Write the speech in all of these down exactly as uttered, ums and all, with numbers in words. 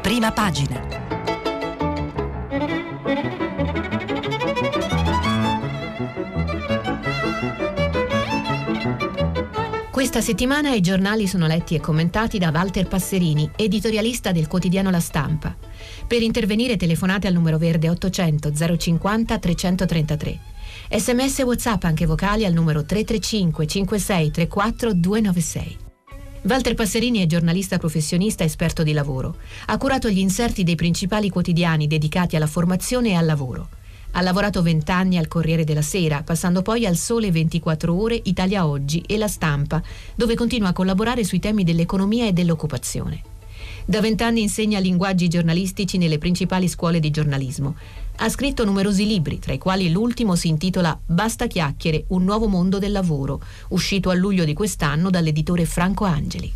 Prima pagina. Questa settimana i giornali sono letti e commentati da Walter Passerini, editorialista del quotidiano La Stampa. Per intervenire telefonate al numero verde ottocento zero cinquanta trecentotrentatré. Sms e WhatsApp anche vocali al numero tre tre cinque cinque sei tre quattro due nove sei. Walter Passerini è giornalista professionista esperto di lavoro. Ha curato gli inserti dei principali quotidiani dedicati alla formazione e al lavoro. Ha lavorato vent'anni al Corriere della Sera, passando poi al Sole ventiquattro Ore, Italia Oggi e La Stampa, dove continua a collaborare sui temi dell'economia e dell'occupazione. Da vent'anni insegna linguaggi giornalistici nelle principali scuole di giornalismo. Ha scritto numerosi libri, tra i quali l'ultimo si intitola Basta chiacchiere, un nuovo mondo del lavoro, uscito a luglio di quest'anno dall'editore Franco Angeli.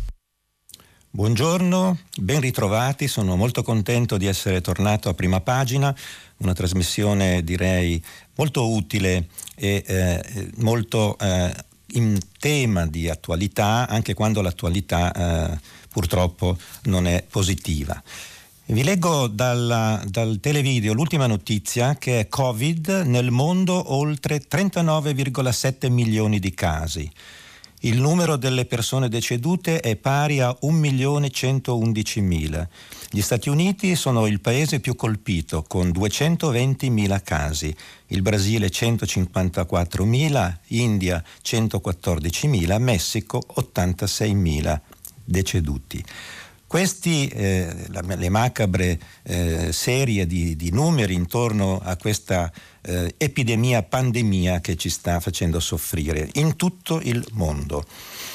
Buongiorno, ben ritrovati, sono molto contento di essere tornato a Prima Pagina, una trasmissione direi molto utile e eh, molto eh, in tema di attualità, anche quando l'attualità eh, purtroppo non è positiva. Vi leggo dalla, dal televideo l'ultima notizia, che è Covid nel mondo, oltre trentanove virgola sette milioni di casi. Il numero delle persone decedute è pari a un milione centoundicimila. Gli Stati Uniti sono il paese più colpito, con duecentoventimila casi, il Brasile centocinquantaquattromila, India centoquattordicimila, Messico ottantaseimila deceduti. Questi, eh, le macabre eh, serie di, di numeri intorno a questa eh, epidemia, pandemia che ci sta facendo soffrire in tutto il mondo.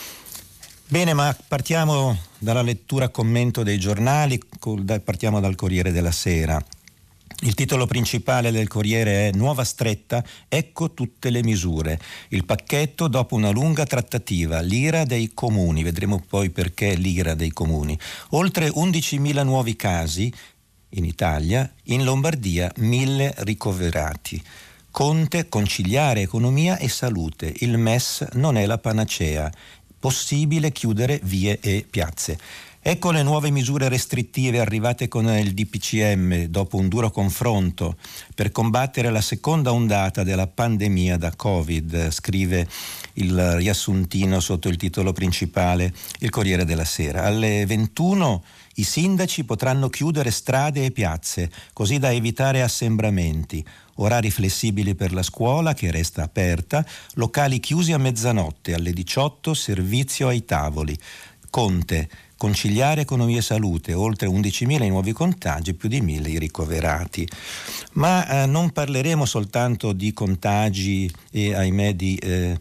Bene, ma partiamo dalla lettura commento dei giornali, partiamo dal Corriere della Sera. Il titolo principale del Corriere è Nuova stretta, ecco tutte le misure. Il pacchetto dopo una lunga trattativa, l'ira dei comuni, vedremo poi perché l'ira dei comuni. Oltre undicimila nuovi casi in Italia, in Lombardia mille ricoverati. Conte, conciliare economia e salute, il M E S non è la panacea, possibile chiudere vie e piazze. Ecco le nuove misure restrittive arrivate con il D P C M dopo un duro confronto per combattere la seconda ondata della pandemia da Covid, scrive il riassuntino sotto il titolo principale il Corriere della Sera. Alle ventuno i sindaci potranno chiudere strade e piazze, così da evitare assembramenti. Orari flessibili per la scuola, che resta aperta, locali chiusi a mezzanotte, alle diciotto servizio ai tavoli. Conte, conciliare economia e salute, oltre undicimila i nuovi contagi, più di mille i ricoverati. Ma eh, non parleremo soltanto di contagi e ahimè di eh,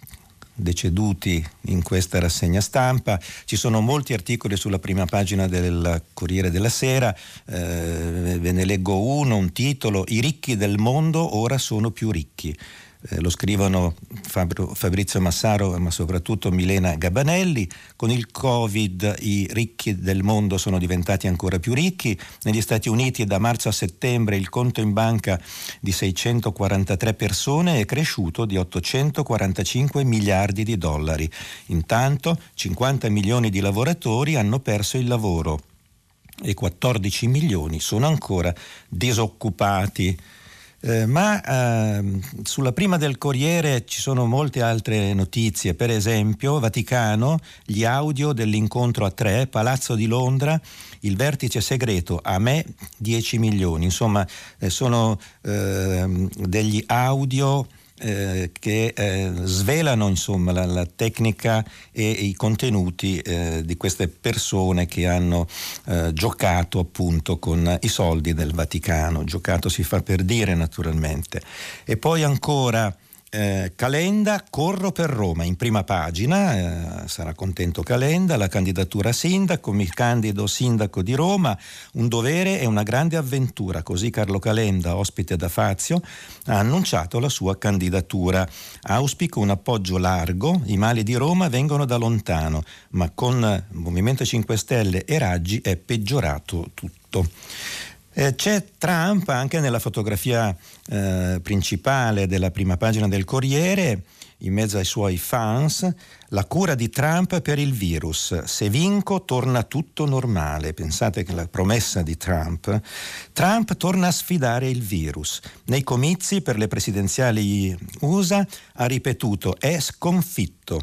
deceduti in questa rassegna stampa. Ci sono molti articoli sulla prima pagina del Corriere della Sera, eh, ve ne leggo uno, un titolo: I ricchi del mondo ora sono più ricchi. Eh, lo scrivono Fabio, Fabrizio Massaro, ma soprattutto Milena Gabanelli. Con il Covid i ricchi del mondo sono diventati ancora più ricchi. Negli Stati Uniti da marzo a settembre il conto in banca di seicentoquarantatré persone è cresciuto di ottocentoquarantacinque miliardi di dollari. Intanto cinquanta milioni di lavoratori hanno perso il lavoro e quattordici milioni sono ancora disoccupati. Eh, ma eh, sulla prima del Corriere ci sono molte altre notizie, per esempio Vaticano, gli audio dell'incontro a tre, Palazzo di Londra, il vertice segreto, a me dieci milioni, insomma eh, sono eh, degli audio Eh, che eh, svelano insomma la, la tecnica e i contenuti eh, di queste persone che hanno eh, giocato appunto con i soldi del Vaticano. Giocato si fa per dire, naturalmente. E poi ancora Eh, Calenda, corro per Roma, in prima pagina, eh, sarà contento Calenda, la candidatura a sindaco, mi candido sindaco di Roma, un dovere e una grande avventura, così Carlo Calenda, ospite da Fazio, ha annunciato la sua candidatura. Auspico un appoggio largo, i mali di Roma vengono da lontano, ma con Movimento cinque Stelle e Raggi è peggiorato tutto. Eh, c'è Trump anche nella fotografia eh, principale della prima pagina del Corriere, in mezzo ai suoi fans, la cura di Trump per il virus. Se vinco torna tutto normale. Pensate che la promessa di Trump. Trump torna a sfidare il virus. Nei comizi per le presidenziali U S A ha ripetuto è sconfitto.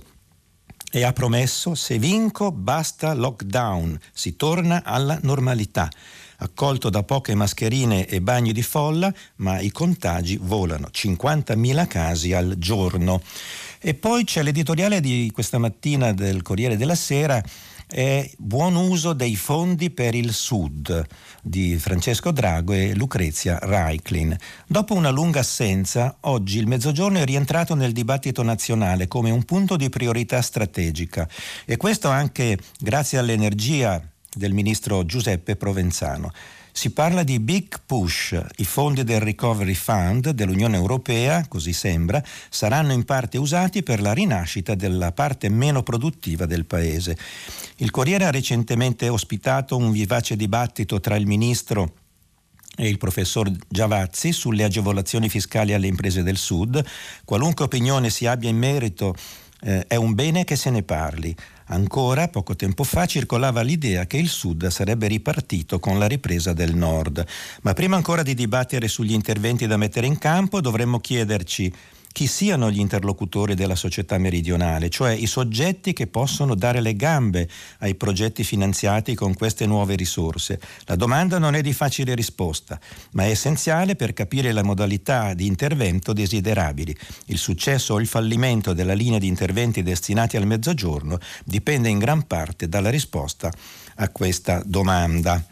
E ha promesso se vinco basta lockdown, si torna alla normalità. Accolto da poche mascherine e bagni di folla, ma i contagi volano, cinquantamila casi al giorno. E poi c'è l'editoriale di questa mattina del Corriere della Sera, è buon uso dei fondi per il Sud, di Francesco Drago e Lucrezia Reichlin. Dopo una lunga assenza, oggi il Mezzogiorno è rientrato nel dibattito nazionale come un punto di priorità strategica, e questo anche grazie all'energia del ministro Giuseppe Provenzano. Si parla di big push. I fondi del Recovery Fund dell'Unione Europea, così sembra, saranno in parte usati per la rinascita della parte meno produttiva del paese. Il Corriere ha recentemente ospitato un vivace dibattito tra il ministro e il professor Giavazzi sulle agevolazioni fiscali alle imprese del Sud. Qualunque opinione si abbia in merito, eh, è un bene che se ne parli. Ancora poco tempo fa circolava l'idea che il Sud sarebbe ripartito con la ripresa del Nord. Ma prima ancora di dibattere sugli interventi da mettere in campo, dovremmo chiederci chi siano gli interlocutori della società meridionale, cioè i soggetti che possono dare le gambe ai progetti finanziati con queste nuove risorse. La domanda non è di facile risposta, ma è essenziale per capire le modalità di intervento desiderabili. Il successo o il fallimento della linea di interventi destinati al Mezzogiorno dipende in gran parte dalla risposta a questa domanda.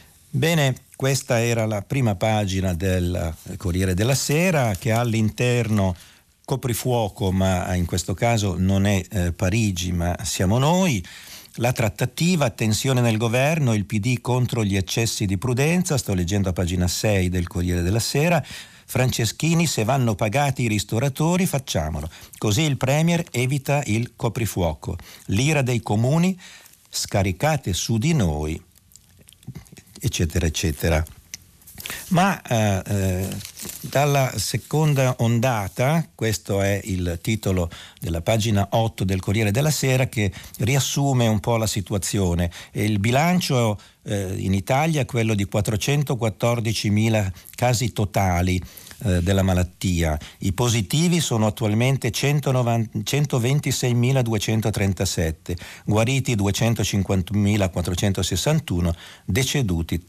Bene, questa era la prima pagina del Corriere della Sera, che ha all'interno coprifuoco, ma in questo caso non è eh, Parigi, ma siamo noi. La trattativa, tensione nel governo, il P D contro gli eccessi di prudenza, sto leggendo a pagina sei del Corriere della Sera. Franceschini, se vanno pagati i ristoratori facciamolo, così il Premier evita il coprifuoco. L'ira dei comuni, scaricate su di noi, eccetera eccetera. Ma eh, eh, dalla seconda ondata, questo è il titolo della pagina otto del Corriere della Sera, che riassume un po' la situazione. E il bilancio eh, in Italia è quello di quattrocentoquattordicimila casi totali eh, della malattia. I positivi sono attualmente centoventiseimiladuecentotrentasette, guariti duecentocinquantunomilaquattrocentosessantuno, deceduti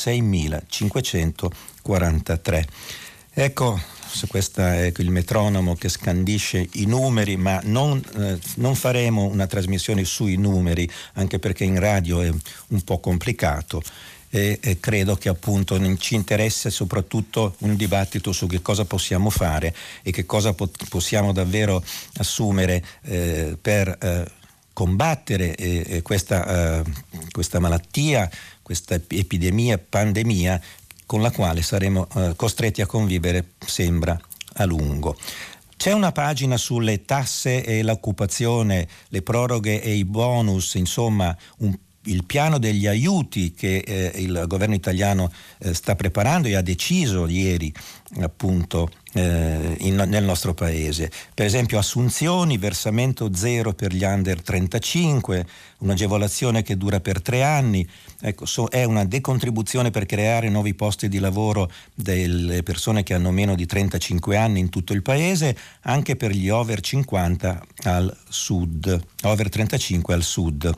trentaseimilacinquecentoquarantatré. Ecco, questo è il metronomo che scandisce i numeri, ma non, eh, non faremo una trasmissione sui numeri, anche perché in radio è un po' complicato. E, e credo che appunto ci interessa soprattutto un dibattito su che cosa possiamo fare e che cosa po- possiamo davvero assumere eh, per eh, combattere eh, questa, eh, questa malattia, questa epidemia, pandemia, con la quale saremo eh, costretti a convivere, sembra, a lungo. C'è una pagina sulle tasse e l'occupazione, le proroghe e i bonus, insomma un il piano degli aiuti che eh, il governo italiano eh, sta preparando e ha deciso ieri appunto eh, in, nel nostro paese. Per esempio assunzioni, versamento zero per gli under trentacinque, un'agevolazione che dura per tre anni. Ecco, so, è una decontribuzione per creare nuovi posti di lavoro delle persone che hanno meno di trentacinque anni in tutto il paese, anche per gli over cinquanta al sud, over trentacinque al sud.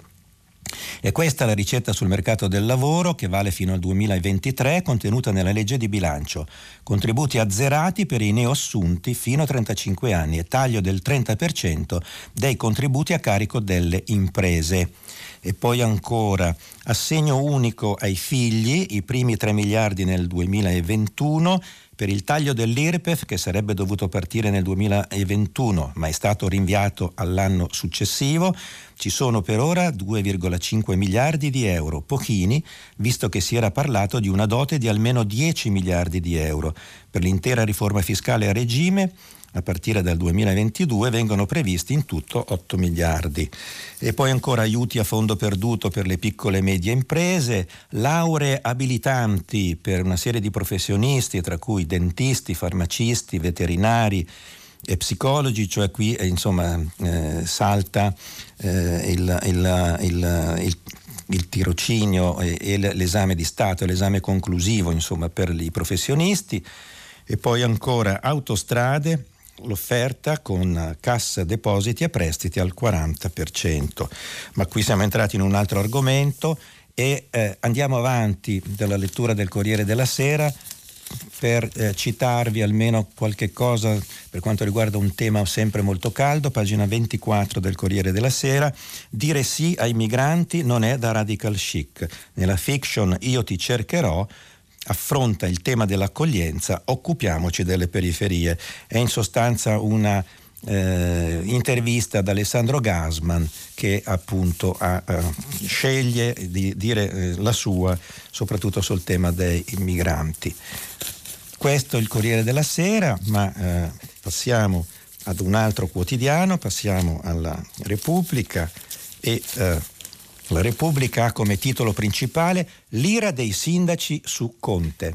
E questa è la ricetta sul mercato del lavoro, che vale fino al duemilaventitré, contenuta nella legge di bilancio. Contributi azzerati per i neoassunti fino a trentacinque anni e taglio del trenta per cento dei contributi a carico delle imprese. E poi ancora assegno unico ai figli, i primi tre miliardi nel duemilaventuno, per il taglio dell'I R P E F che sarebbe dovuto partire nel duemilaventuno ma è stato rinviato all'anno successivo. Ci sono per ora due virgola cinque miliardi di euro, pochini, visto che si era parlato di una dote di almeno dieci miliardi di euro. Per l'intera riforma fiscale a regime, a partire dal duemilaventidue, vengono previsti in tutto otto miliardi. E poi ancora aiuti a fondo perduto per le piccole e medie imprese, lauree abilitanti per una serie di professionisti, tra cui dentisti, farmacisti, veterinari, e Psychology, cioè qui eh, insomma eh, salta eh, il, il, il, il il tirocinio e, e l'esame di Stato, l'esame conclusivo insomma per i professionisti, e poi ancora autostrade, l'offerta con cassa depositi e prestiti al quaranta per cento. Ma qui siamo entrati in un altro argomento e eh, andiamo avanti dalla lettura del Corriere della Sera per eh, citarvi almeno qualche cosa per quanto riguarda un tema sempre molto caldo. Pagina ventiquattro del Corriere della Sera: dire sì ai migranti non è da radical chic. Nella fiction Io ti cercherò affronta il tema dell'accoglienza, occupiamoci delle periferie. È in sostanza una eh, intervista ad Alessandro Gasman, che appunto ha, eh, sceglie di dire eh, la sua soprattutto sul tema dei migranti. Questo è il Corriere della Sera, ma eh, passiamo ad un altro quotidiano, passiamo alla Repubblica, e eh, la Repubblica ha come titolo principale l'ira dei sindaci su Conte.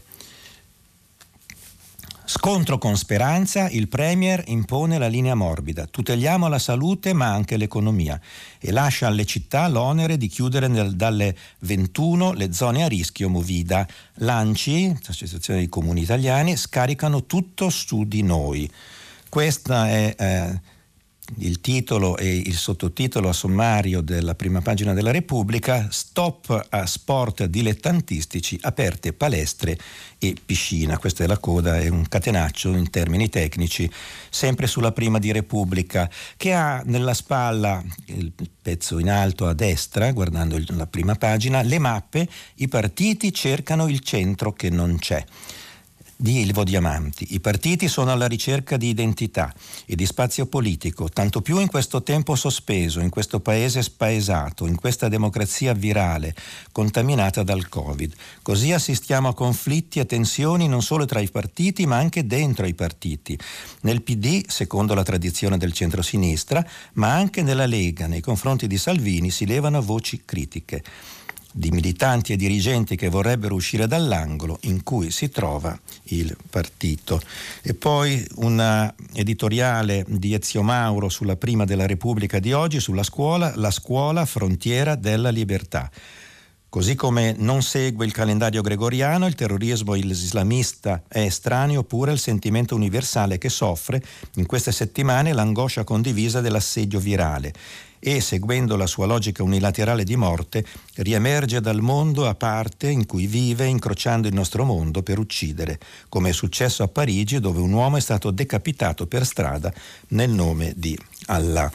Scontro con Speranza, il Premier impone la linea morbida. Tuteliamo la salute ma anche l'economia e lascia alle città l'onere di chiudere nel, dalle ventuno le zone a rischio Movida. L'ANCI, l'Associazione dei Comuni Italiani, scaricano tutto su di noi. Questa è eh, il titolo e il sottotitolo a sommario della prima pagina della Repubblica: stop a sport dilettantistici, aperte palestre e piscina. Questa è la coda, è un catenaccio in termini tecnici, sempre sulla prima di Repubblica, che ha nella spalla, il pezzo in alto a destra, guardando la prima pagina, le mappe: i partiti cercano il centro che non c'è. Di Ilvo Diamanti. I partiti sono alla ricerca di identità e di spazio politico, tanto più in questo tempo sospeso, in questo paese spaesato, in questa democrazia virale, contaminata dal Covid. Così assistiamo a conflitti e tensioni non solo tra i partiti, ma anche dentro i partiti. Nel P D, secondo la tradizione del centrosinistra, ma anche nella Lega, nei confronti di Salvini si levano voci critiche di militanti e dirigenti che vorrebbero uscire dall'angolo in cui si trova il partito. E poi una editoriale di Ezio Mauro sulla prima della Repubblica di oggi, sulla scuola: la scuola frontiera della libertà. Così come non segue il calendario gregoriano, il terrorismo islamista è estraneo pure al sentimento universale che soffre in queste settimane l'angoscia condivisa dell'assedio virale, e, seguendo la sua logica unilaterale di morte, riemerge dal mondo a parte in cui vive, incrociando il nostro mondo per uccidere, come è successo a Parigi, dove un uomo è stato decapitato per strada nel nome di Allah.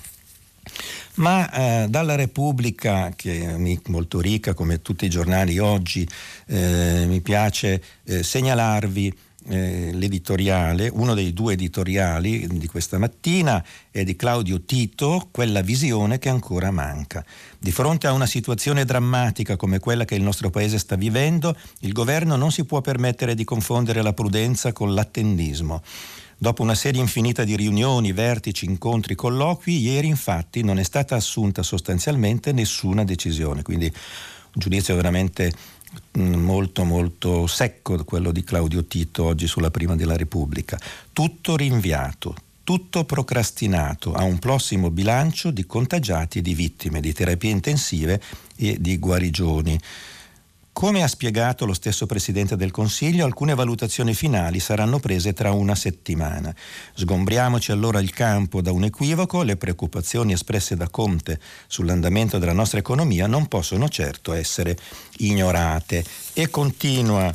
Ma eh, dalla Repubblica, che è molto ricca come tutti i giornali oggi, eh, mi piace eh, segnalarvi Eh, l'editoriale, uno dei due editoriali di questa mattina è di Claudio Tito, Quella visione che ancora manca. Di fronte a una situazione drammatica come quella che il nostro paese sta vivendo, il governo non si può permettere di confondere la prudenza con l'attendismo. Dopo una serie infinita di riunioni, vertici, incontri, colloqui, ieri infatti non è stata assunta sostanzialmente nessuna decisione, quindi un giudizio veramente molto molto secco quello di Claudio Tito oggi sulla prima della Repubblica. Tutto rinviato, tutto procrastinato a un prossimo bilancio di contagiati e di vittime, di terapie intensive e di guarigioni. Come ha spiegato lo stesso Presidente del Consiglio, alcune valutazioni finali saranno prese tra una settimana. Sgombriamoci allora il campo da un equivoco: le preoccupazioni espresse da Conte sull'andamento della nostra economia non possono certo essere ignorate. E continua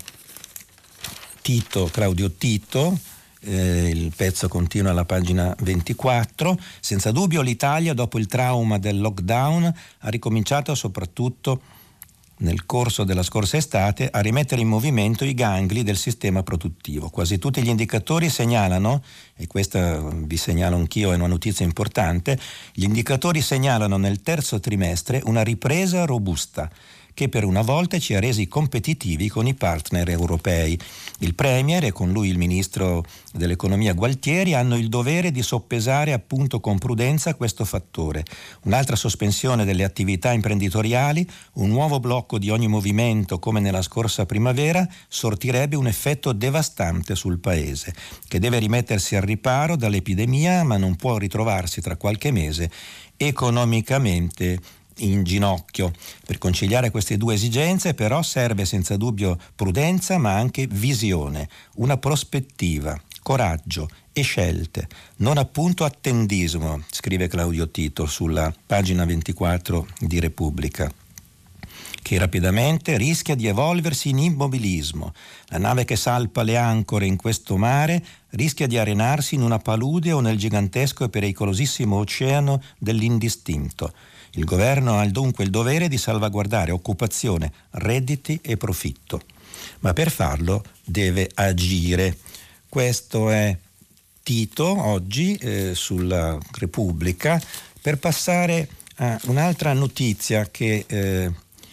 Tito, Claudio Tito, eh, il pezzo continua alla pagina ventiquattro: senza dubbio l'Italia, dopo il trauma del lockdown, ha ricominciato soprattutto nel corso della scorsa estate a rimettere in movimento i gangli del sistema produttivo. Quasi tutti gli indicatori segnalano, e questa vi segnalo anch'io, è una notizia importante, gli indicatori segnalano nel terzo trimestre una ripresa robusta che per una volta ci ha resi competitivi con i partner europei. Il Premier e con lui il Ministro dell'Economia Gualtieri hanno il dovere di soppesare appunto con prudenza questo fattore. Un'altra sospensione delle attività imprenditoriali, un nuovo blocco di ogni movimento come nella scorsa primavera sortirebbe un effetto devastante sul Paese, che deve rimettersi al riparo dall'epidemia ma non può ritrovarsi tra qualche mese economicamente in ginocchio. Per conciliare queste due esigenze però serve senza dubbio prudenza ma anche visione, una prospettiva, coraggio e scelte, non appunto attendismo, scrive Claudio Tito sulla pagina ventiquattro di Repubblica, che rapidamente rischia di evolversi in immobilismo. La nave che salpa le ancore in questo mare rischia di arenarsi in una palude o nel gigantesco e pericolosissimo oceano dell'indistinto. Il governo ha dunque il dovere di salvaguardare occupazione, redditi e profitto, ma per farlo deve agire. Questo è Tito oggi eh, sulla Repubblica, per passare a un'altra notizia che eh,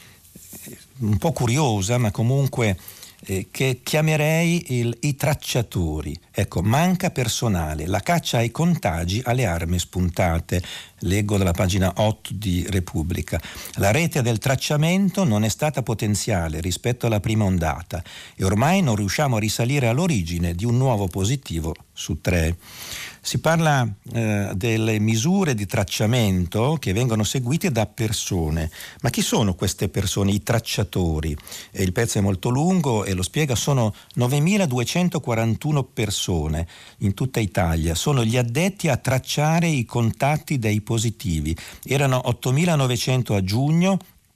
un po' curiosa, ma comunque eh, che chiamerei il, i tracciatori. Ecco, manca personale, la caccia ai contagi alle armi spuntate. Leggo dalla pagina otto di Repubblica. La rete del tracciamento non è stata potenziale rispetto alla prima ondata e ormai non riusciamo a risalire all'origine di un nuovo positivo su tre. Si parla eh, delle misure di tracciamento che vengono seguite da persone. Ma chi sono queste persone, i tracciatori? E il pezzo è molto lungo e lo spiega, sono novemiladuecentoquarantuno persone in tutta Italia. Sono gli addetti a tracciare i contatti dei positivi. Erano ottomilanovecento a giugno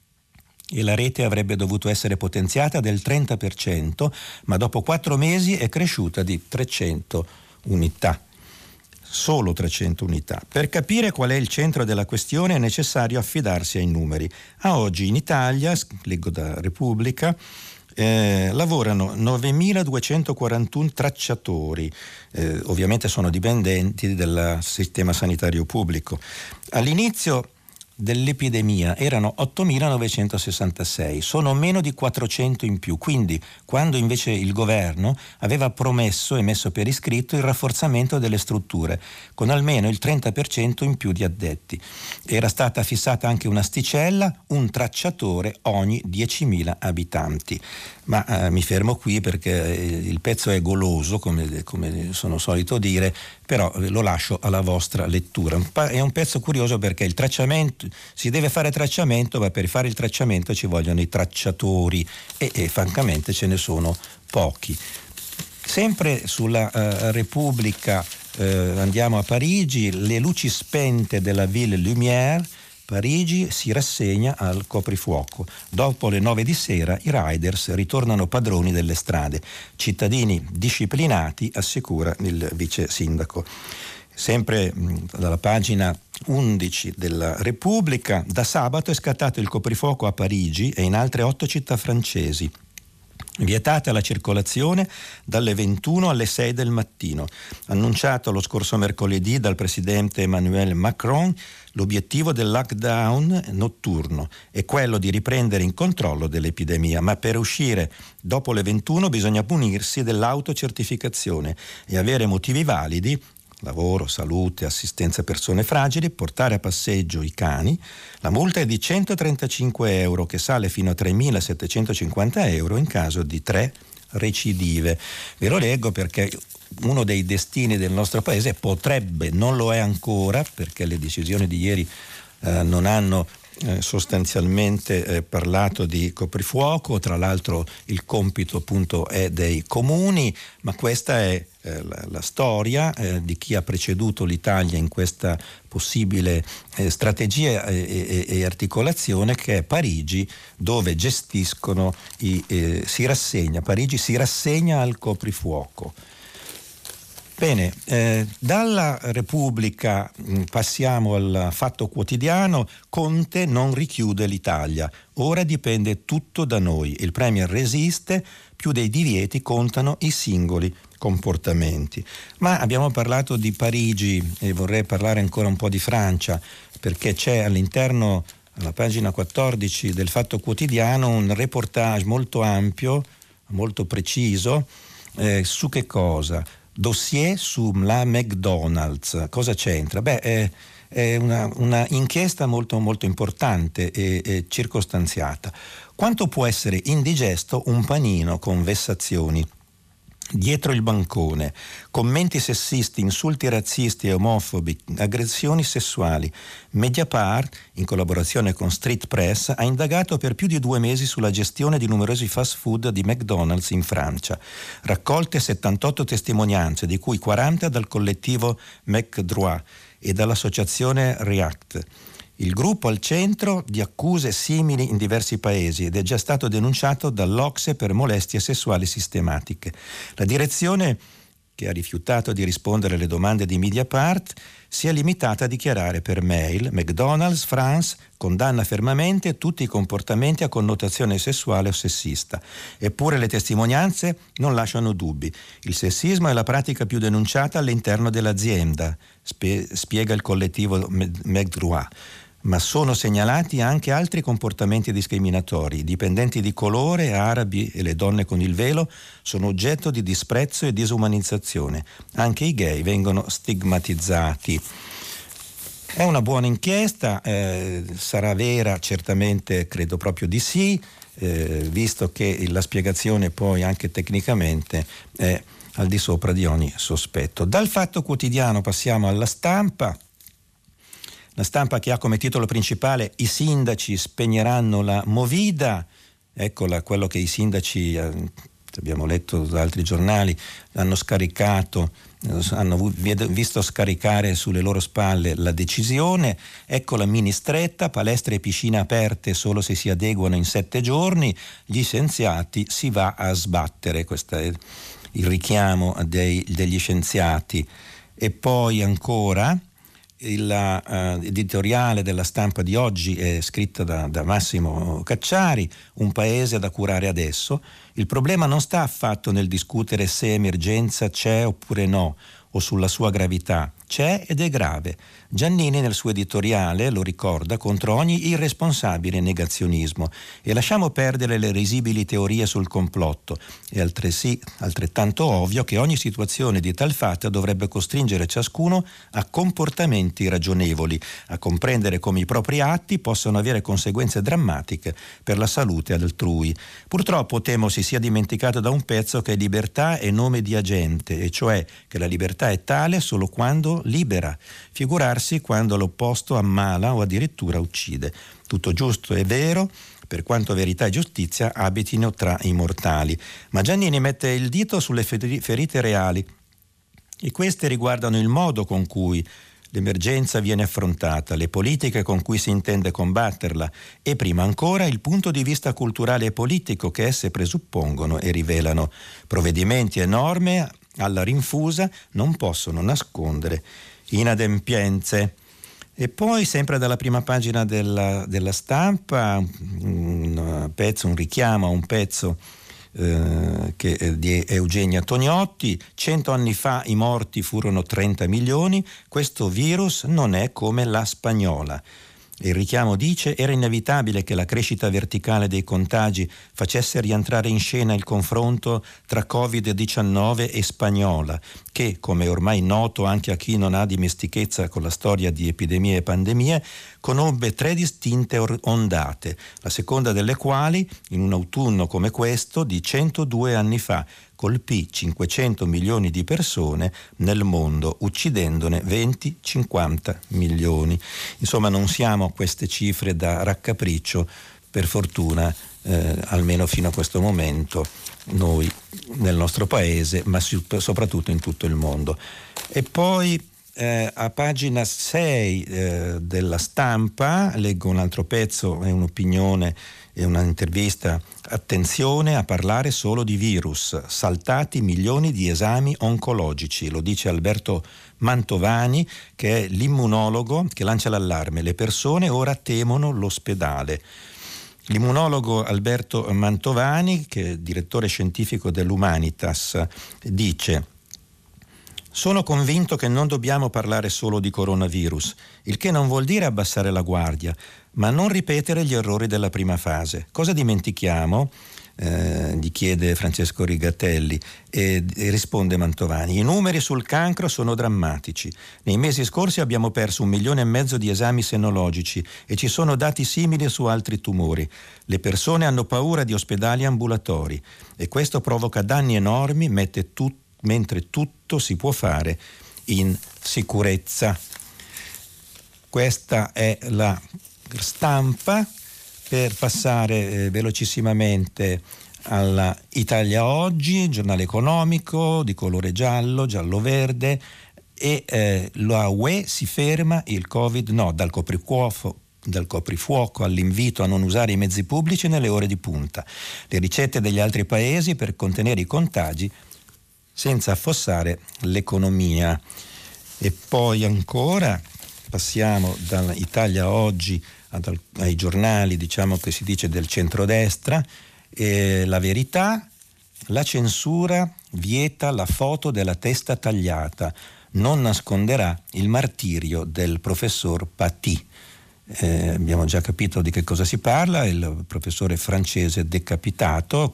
e la rete avrebbe dovuto essere potenziata del trenta per cento, ma dopo quattro mesi è cresciuta di trecento unità. Solo trecento unità. Per capire qual è il centro della questione è necessario affidarsi ai numeri. A oggi in Italia, leggo da Repubblica, eh, lavorano novemiladuecentoquarantuno tracciatori, eh, ovviamente sono dipendenti del sistema sanitario pubblico. All'inizio dell'epidemia erano ottomilanovecentosessantasei, sono meno di quattrocento in più, quindi quando invece il governo aveva promesso e messo per iscritto il rafforzamento delle strutture con almeno il trenta per cento in più di addetti. Era stata fissata anche un'asticella, un tracciatore ogni diecimila abitanti. Ma eh, mi fermo qui perché il pezzo è goloso, come, come sono solito dire, però lo lascio alla vostra lettura. È un pezzo curioso perché il tracciamento, si deve fare tracciamento, ma per fare il tracciamento ci vogliono i tracciatori e, e francamente ce ne sono pochi. Sempre sulla uh, Repubblica uh, andiamo a Parigi, le luci spente della Ville Lumière. Parigi si rassegna al coprifuoco. Dopo le nove di sera i riders ritornano padroni delle strade. Cittadini disciplinati, assicura il vice sindaco. Sempre mh, dalla pagina undici della Repubblica, da sabato è scattato il coprifuoco a Parigi e in altre otto città francesi. Vietata la circolazione dalle ventuno alle sei del mattino. Annunciato lo scorso mercoledì dal presidente Emmanuel Macron, l'obiettivo del lockdown notturno è quello di riprendere in controllo dell'epidemia, ma per uscire dopo le ventuno bisogna munirsi dell'autocertificazione e avere motivi validi, lavoro, salute, assistenza a persone fragili, portare a passeggio i cani. La multa è di centotrentacinque euro che sale fino a tremilasettecentocinquanta euro in caso di tre recidive. Ve lo leggo perché uno dei destini del nostro paese potrebbe, non lo è ancora perché le decisioni di ieri eh, non hanno eh, sostanzialmente eh, parlato di coprifuoco, tra l'altro il compito appunto è dei comuni, ma questa è eh, la, la storia eh, di chi ha preceduto l'Italia in questa possibile eh, strategia e, e, e articolazione, che è Parigi, dove gestiscono i, eh, si rassegna, Parigi si rassegna al coprifuoco. Bene, eh, dalla Repubblica mh, passiamo al Fatto Quotidiano. Conte non richiude l'Italia, ora dipende tutto da noi. Il Premier resiste, più dei divieti contano i singoli comportamenti. Ma abbiamo parlato di Parigi e vorrei parlare ancora un po' di Francia, perché c'è all'interno alla pagina quattordici del Fatto Quotidiano, un reportage molto ampio, molto preciso, eh, su che cosa? Dossier sulla McDonald's. Cosa c'entra? Beh, è, è una, una inchiesta molto, molto importante e, e circostanziata. Quanto può essere indigesto un panino con vessazioni dietro il bancone, commenti sessisti, insulti razzisti e omofobi, aggressioni sessuali? Mediapart, in collaborazione con Street Press, ha indagato per più di due mesi sulla gestione di numerosi fast food di McDonald's in Francia. Raccolte settantotto testimonianze, di cui quaranta dal collettivo McDroit e dall'associazione React. Il gruppo al centro di accuse simili in diversi paesi ed è già stato denunciato dall'Ocse per molestie sessuali sistematiche. La direzione, che ha rifiutato di rispondere alle domande di Mediapart, si è limitata a dichiarare per mail: McDonald's France condanna fermamente tutti i comportamenti a connotazione sessuale o sessista. Eppure le testimonianze non lasciano dubbi. Il sessismo è la pratica più denunciata all'interno dell'azienda, spie- spiega il collettivo McDroit. Ma sono segnalati anche altri comportamenti discriminatori. I dipendenti di colore, arabi e le donne con il velo sono oggetto di disprezzo e disumanizzazione. Anche i gay vengono stigmatizzati. È una buona inchiesta, eh, sarà vera? Certamente credo proprio di sì, eh, visto che la spiegazione poi anche tecnicamente è al di sopra di ogni sospetto. Dal Fatto Quotidiano passiamo alla Stampa. La Stampa, che ha come titolo principale: i sindaci spegneranno la Movida. Eccola, quello che i sindaci, eh, abbiamo letto da altri giornali, hanno scaricato, eh, hanno visto scaricare sulle loro spalle la decisione. Ecco la mini stretta: palestre e piscine aperte solo se si adeguano in sette giorni, gli scienziati si va a sbattere. Questo è il richiamo dei, degli scienziati. E poi ancora l'editoriale uh, della Stampa di oggi è scritta da, da Massimo Cacciari: un paese da curare adesso. Il problema non sta affatto nel discutere se emergenza c'è oppure no, o sulla sua gravità. C'è ed è grave. Giannini nel suo editoriale lo ricorda contro ogni irresponsabile negazionismo, e lasciamo perdere le risibili teorie sul complotto. È altresì altrettanto ovvio che ogni situazione di tal fatta dovrebbe costringere ciascuno a comportamenti ragionevoli, a comprendere come i propri atti possano avere conseguenze drammatiche per la salute altrui. Purtroppo temo si sia dimenticato da un pezzo che libertà è nome di agente, e cioè che la libertà è tale solo quando libera, figurarsi quando l'opposto ammala o addirittura uccide. Tutto giusto e vero, per quanto verità e giustizia abitino tra i mortali. Ma Giannini mette il dito sulle ferite reali, e queste riguardano il modo con cui l'emergenza viene affrontata, le politiche con cui si intende combatterla e, prima ancora, il punto di vista culturale e politico che esse presuppongono e rivelano. Provvedimenti e norme alla rinfusa non possono nascondere inadempienze. E poi, sempre dalla prima pagina della, della Stampa, un pezzo, un richiamo a un pezzo eh, che, di Eugenia Tognotti: cento anni fa i morti furono trenta milioni, questo virus non è come la spagnola. Il richiamo dice: era inevitabile che la crescita verticale dei contagi facesse rientrare in scena il confronto tra covid diciannove e spagnola, che, come è ormai noto anche a chi non ha dimestichezza con la storia di epidemie e pandemie, conobbe tre distinte ondate, la seconda delle quali, in un autunno come questo di centodue anni fa, colpì cinquecento milioni di persone nel mondo, uccidendone venti cinquanta milioni. Insomma, non siamo a queste cifre da raccapriccio, per fortuna, eh, almeno fino a questo momento, noi nel nostro paese, ma soprattutto in tutto il mondo. E poi eh, a pagina sei eh, della Stampa leggo un altro pezzo, è un'opinione e una intervista. Attenzione a parlare solo di virus, saltati milioni di esami oncologici, lo dice Alberto Mantovani, che è l'immunologo che lancia l'allarme: le persone ora temono l'ospedale. L'immunologo Alberto Mantovani, che è direttore scientifico dell'Humanitas, dice: Sono convinto che non dobbiamo parlare solo di coronavirus, il che non vuol dire abbassare la guardia, ma non ripetere gli errori della prima fase. Cosa dimentichiamo? Eh, gli chiede Francesco Rigatelli e, e risponde Mantovani. I numeri sul cancro sono drammatici. Nei mesi scorsi abbiamo perso un milione e mezzo di esami senologici e ci sono dati simili su altri tumori. Le persone hanno paura di ospedali e ambulatori e questo provoca danni enormi, mette tutto mentre tutto si può fare in sicurezza. Questa è la stampa. Per passare eh, velocissimamente alla Italia Oggi, giornale economico di colore giallo, giallo-verde, e eh, la U E si ferma, il Covid no, dal coprifuoco dal coprifuoco all'invito a non usare i mezzi pubblici nelle ore di punta. Le ricette degli altri paesi per contenere i contagi senza affossare l'economia. E poi ancora passiamo dall'Italia Oggi ad, ai giornali, diciamo che si dice del centrodestra, e La Verità, la censura vieta la foto della testa tagliata, non nasconderà il martirio del professor Paty. Eh, abbiamo già capito di che cosa si parla, il professore francese decapitato.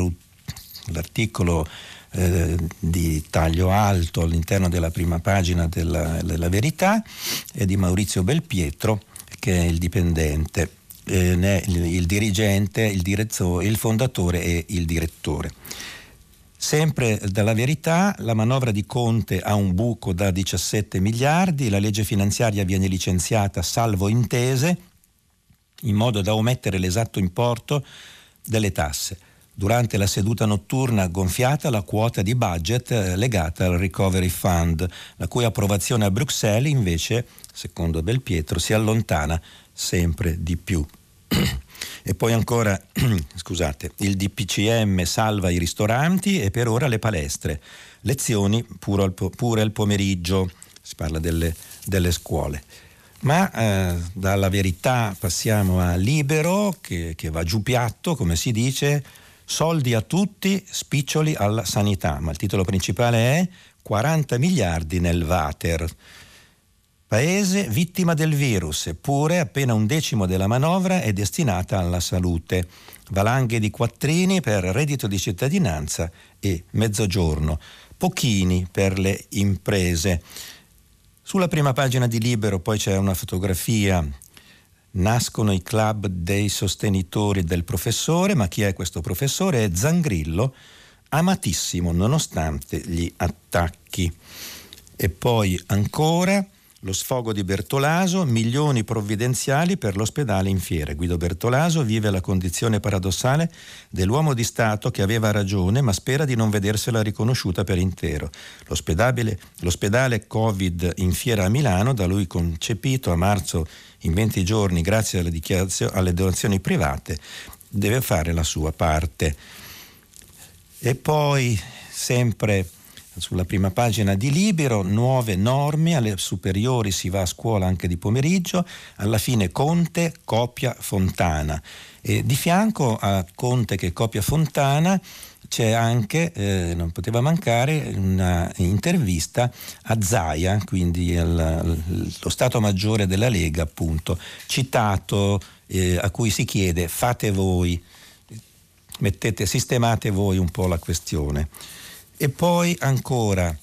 L'articolo eh, di taglio alto all'interno della prima pagina della, della Verità è di Maurizio Belpietro, che è il dipendente, eh, ne è il, il dirigente, il direttore, il fondatore e il direttore. Sempre dalla Verità, la manovra di Conte ha un buco da diciassette miliardi, la legge finanziaria viene licenziata salvo intese, in modo da omettere l'esatto importo delle tasse. Durante la seduta notturna gonfiata la quota di budget legata al Recovery Fund, la cui approvazione a Bruxelles invece, secondo Belpietro, si allontana sempre di più. E poi ancora, scusate, il D P C M salva i ristoranti e per ora le palestre. Lezioni pure al, pure al pomeriggio, si parla delle, delle scuole. Ma eh, dalla Verità passiamo a Libero, che, che va giù piatto, come si dice, soldi a tutti, spiccioli alla sanità. Ma il titolo principale è quaranta miliardi nel water. Paese vittima del virus, eppure appena un decimo della manovra è destinata alla salute. Valanghe di quattrini per reddito di cittadinanza e mezzogiorno. Pochini per le imprese. Sulla prima pagina di Libero poi c'è una fotografia. Nascono i club dei sostenitori del professore, ma chi è questo professore? È Zangrillo, amatissimo nonostante gli attacchi. E poi ancora lo sfogo di Bertolaso, milioni provvidenziali per l'ospedale in Fiere. Guido Bertolaso vive la condizione paradossale dell'uomo di Stato che aveva ragione ma spera di non vedersela riconosciuta per intero. L'ospedale, l'ospedale Covid in Fiera a Milano, da lui concepito a marzo in venti giorni grazie alle, dichiarazioni, alle donazioni private, deve fare la sua parte. E poi sempre sulla prima pagina di Libero, nuove norme, alle superiori si va a scuola anche di pomeriggio, alla fine Conte copia Fontana. E di fianco a Conte che copia Fontana c'è anche, eh, non poteva mancare, una intervista a Zaia, quindi al, lo Stato Maggiore della Lega, appunto, citato, eh, a cui si chiede fate voi, mettete, sistemate voi un po' la questione. E poi ancora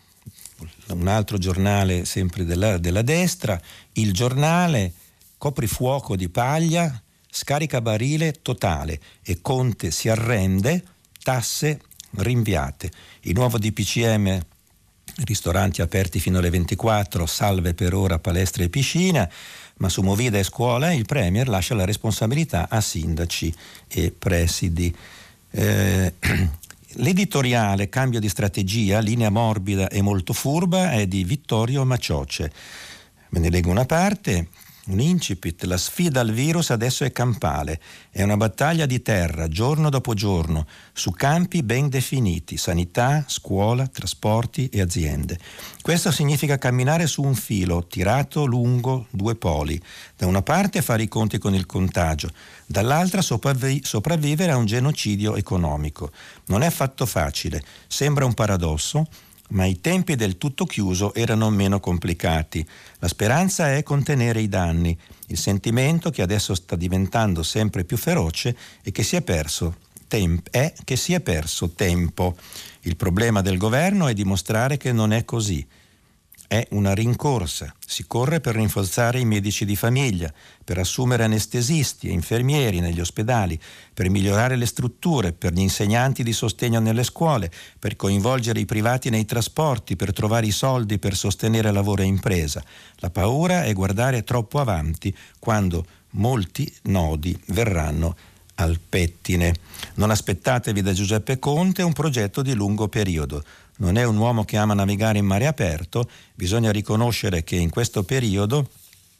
un altro giornale sempre della, della destra, Il Giornale, coprifuoco di paglia, scaricabarile totale e Conte si arrende, tasse rinviate. Il nuovo D P C M, ristoranti aperti fino alle ventiquattro, salve per ora palestre e piscina, ma su Movida e scuola il Premier lascia la responsabilità a sindaci e presidi. Eh, L'editoriale Cambio di strategia, linea morbida e molto furba è di Vittorio Macioce. Me ne leggo una parte, un incipit. La sfida al virus adesso è campale, è una battaglia di terra, giorno dopo giorno, su campi ben definiti, sanità, scuola, trasporti e aziende. Questo significa camminare su un filo, tirato lungo due poli. Da una parte fare i conti con il contagio, dall'altra sopravvi- sopravvivere a un genocidio economico. Non è affatto facile, sembra un paradosso, ma i tempi del tutto chiuso erano meno complicati. La speranza è contenere i danni. Il sentimento che adesso sta diventando sempre più feroce è che si è perso tempo, è che si è perso tempo. Il problema del governo è dimostrare che non è così. È una rincorsa. Si corre per rinforzare i medici di famiglia, per assumere anestesisti e infermieri negli ospedali, per migliorare le strutture, per gli insegnanti di sostegno nelle scuole, per coinvolgere i privati nei trasporti, per trovare i soldi per sostenere lavoro e impresa. La paura è guardare troppo avanti quando molti nodi verranno al pettine. Non aspettatevi da Giuseppe Conte un progetto di lungo periodo. Non è un uomo che ama navigare in mare aperto, bisogna riconoscere che in questo periodo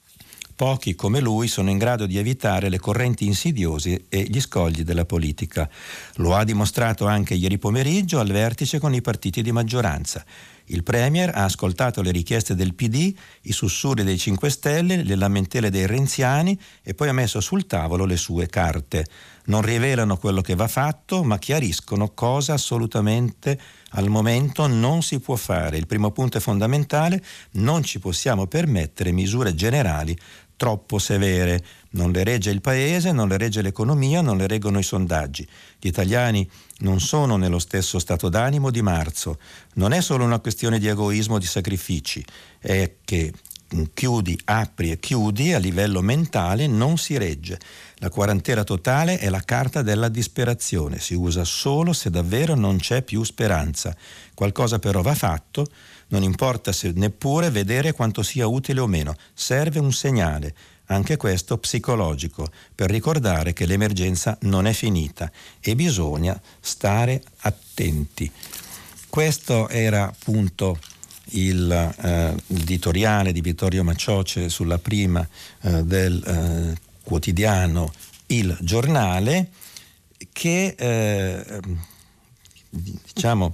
pochi come lui sono in grado di evitare le correnti insidiose e gli scogli della politica. Lo ha dimostrato anche ieri pomeriggio al vertice con i partiti di maggioranza. Il Premier ha ascoltato le richieste del P D, i sussurri dei cinque Stelle, le lamentele dei renziani e poi ha messo sul tavolo le sue carte. Non rivelano quello che va fatto, ma chiariscono cosa assolutamente al momento non si può fare. Il primo punto è fondamentale: non ci possiamo permettere misure generali troppo severe. Non le regge il paese, non le regge l'economia, non le reggono i sondaggi. Gli italiani non sono nello stesso stato d'animo di marzo. Non è solo una questione di egoismo, di sacrifici, è che chiudi, apri e chiudi a livello mentale non si regge. La quarantena totale è la carta della disperazione, si usa solo se davvero non c'è più speranza. Qualcosa però va fatto, non importa se neppure vedere quanto sia utile o meno, serve un segnale, anche questo psicologico, per ricordare che l'emergenza non è finita e bisogna stare attenti. Questo era appunto il eh, editoriale di Vittorio Macioce sulla prima eh, del eh, quotidiano Il Giornale, che eh, diciamo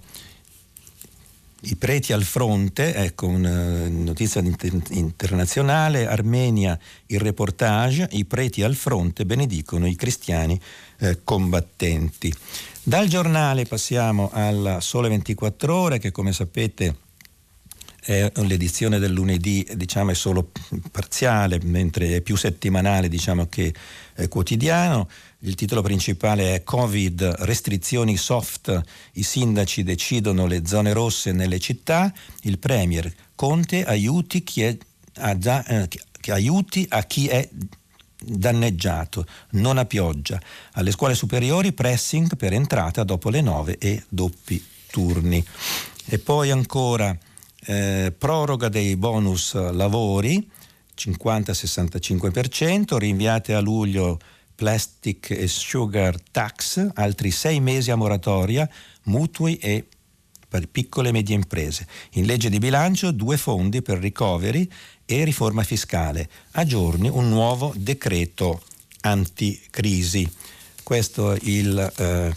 i preti al fronte, ecco una notizia inter- internazionale, Armenia, il reportage, i preti al fronte benedicono i cristiani eh, combattenti. Dal Giornale passiamo al Sole ventiquattro Ore, che come sapete è l'edizione del lunedì, diciamo è solo parziale, mentre è più settimanale diciamo che è quotidiano. Il titolo principale è Covid, restrizioni soft, i sindaci decidono le zone rosse nelle città, il Premier Conte aiuti chi è a, eh, aiuti a chi è danneggiato, non a pioggia. Alle scuole superiori pressing per entrata dopo le nove e doppi turni. E poi ancora Eh, proroga dei bonus lavori cinquanta sessantacinque per cento, rinviate a luglio plastic e sugar tax, altri sei mesi a moratoria, mutui e per piccole e medie imprese. In legge di bilancio due fondi per recovery e riforma fiscale, a giorni un nuovo decreto anticrisi. Questo è il eh,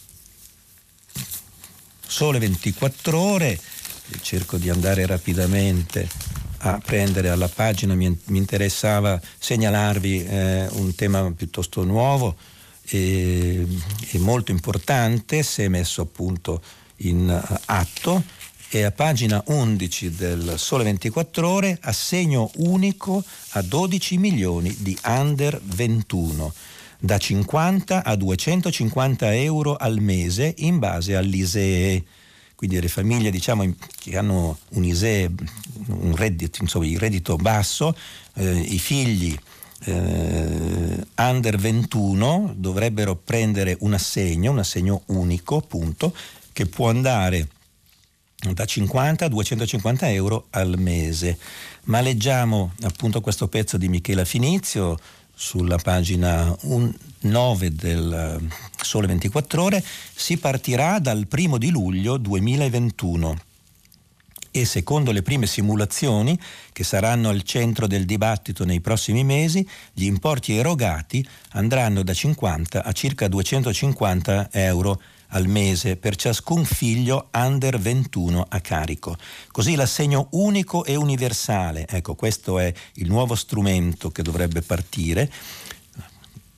Sole ventiquattro Ore. Cerco di andare rapidamente a prendere alla pagina, mi, mi interessava segnalarvi eh, un tema piuttosto nuovo e, e molto importante, se è messo appunto in uh, atto. E a pagina undici del Sole ventiquattro Ore, assegno unico a dodici milioni di under ventuno, da cinquanta a duecentocinquanta euro al mese in base all'I S E E. Quindi le famiglie diciamo che hanno un I S E E, un reddito, insomma, il reddito basso, eh, i figli eh, under ventuno dovrebbero prendere un assegno, un assegno unico appunto, che può andare da cinquanta a duecentocinquanta euro al mese. Ma leggiamo appunto questo pezzo di Michela Finizio sulla pagina nove del Sole ventiquattro Ore. Si partirà dal primo di luglio duemilaventuno e secondo le prime simulazioni che saranno al centro del dibattito nei prossimi mesi, gli importi erogati andranno da cinquanta a circa duecentocinquanta euro al mese per ciascun figlio under ventuno a carico. Così l'assegno unico e universale, ecco questo è il nuovo strumento che dovrebbe partire,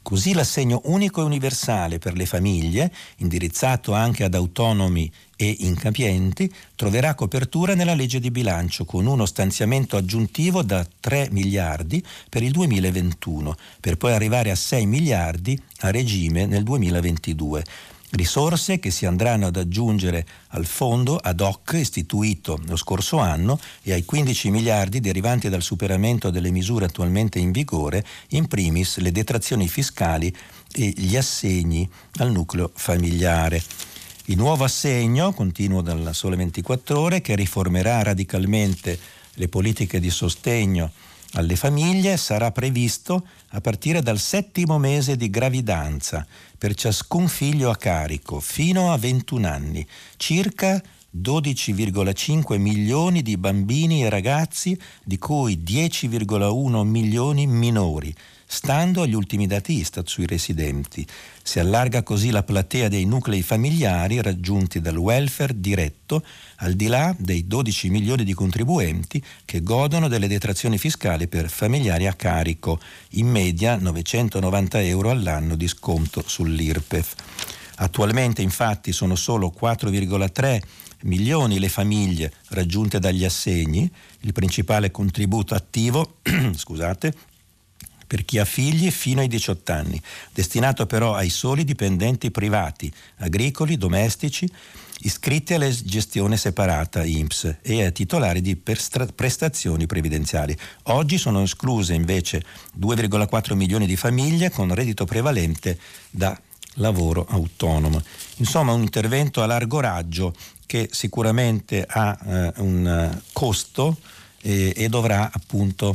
Così l'assegno unico e universale per le famiglie, indirizzato anche ad autonomi e incapienti, troverà copertura nella legge di bilancio con uno stanziamento aggiuntivo da tre miliardi per il duemilaventuno, per poi arrivare a sei miliardi a regime nel duemilaventidue. Risorse che si andranno ad aggiungere al fondo ad hoc istituito lo scorso anno e ai quindici miliardi derivanti dal superamento delle misure attualmente in vigore, in primis le detrazioni fiscali e gli assegni al nucleo familiare. Il nuovo assegno, continuo dal Sole ventiquattro Ore, che riformerà radicalmente le politiche di sostegno alle famiglie, sarà previsto a partire dal settimo mese di gravidanza per ciascun figlio a carico fino a ventuno anni, circa dodici virgola cinque milioni di bambini e ragazzi, di cui dieci virgola uno milioni minori, stando agli ultimi dati Istat sui residenti. Si allarga così la platea dei nuclei familiari raggiunti dal welfare diretto, al di là dei dodici milioni di contribuenti che godono delle detrazioni fiscali per familiari a carico, in media novecentonovanta euro all'anno di sconto sull'I R P E F. Attualmente infatti sono solo quattro virgola tre milioni le famiglie raggiunte dagli assegni, il principale contributo attivo scusate, per chi ha figli fino ai diciotto anni, destinato però ai soli dipendenti privati, agricoli, domestici, iscritti alla gestione separata I N P S e ai titolari di prestazioni previdenziali. Oggi sono escluse invece due virgola quattro milioni di famiglie con reddito prevalente da lavoro autonomo. Insomma, un intervento a largo raggio che sicuramente ha eh, un costo e, e dovrà appunto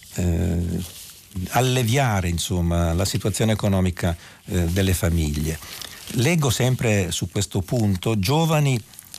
eh, alleviare insomma la situazione economica eh, delle famiglie. Leggo sempre su questo punto: giovani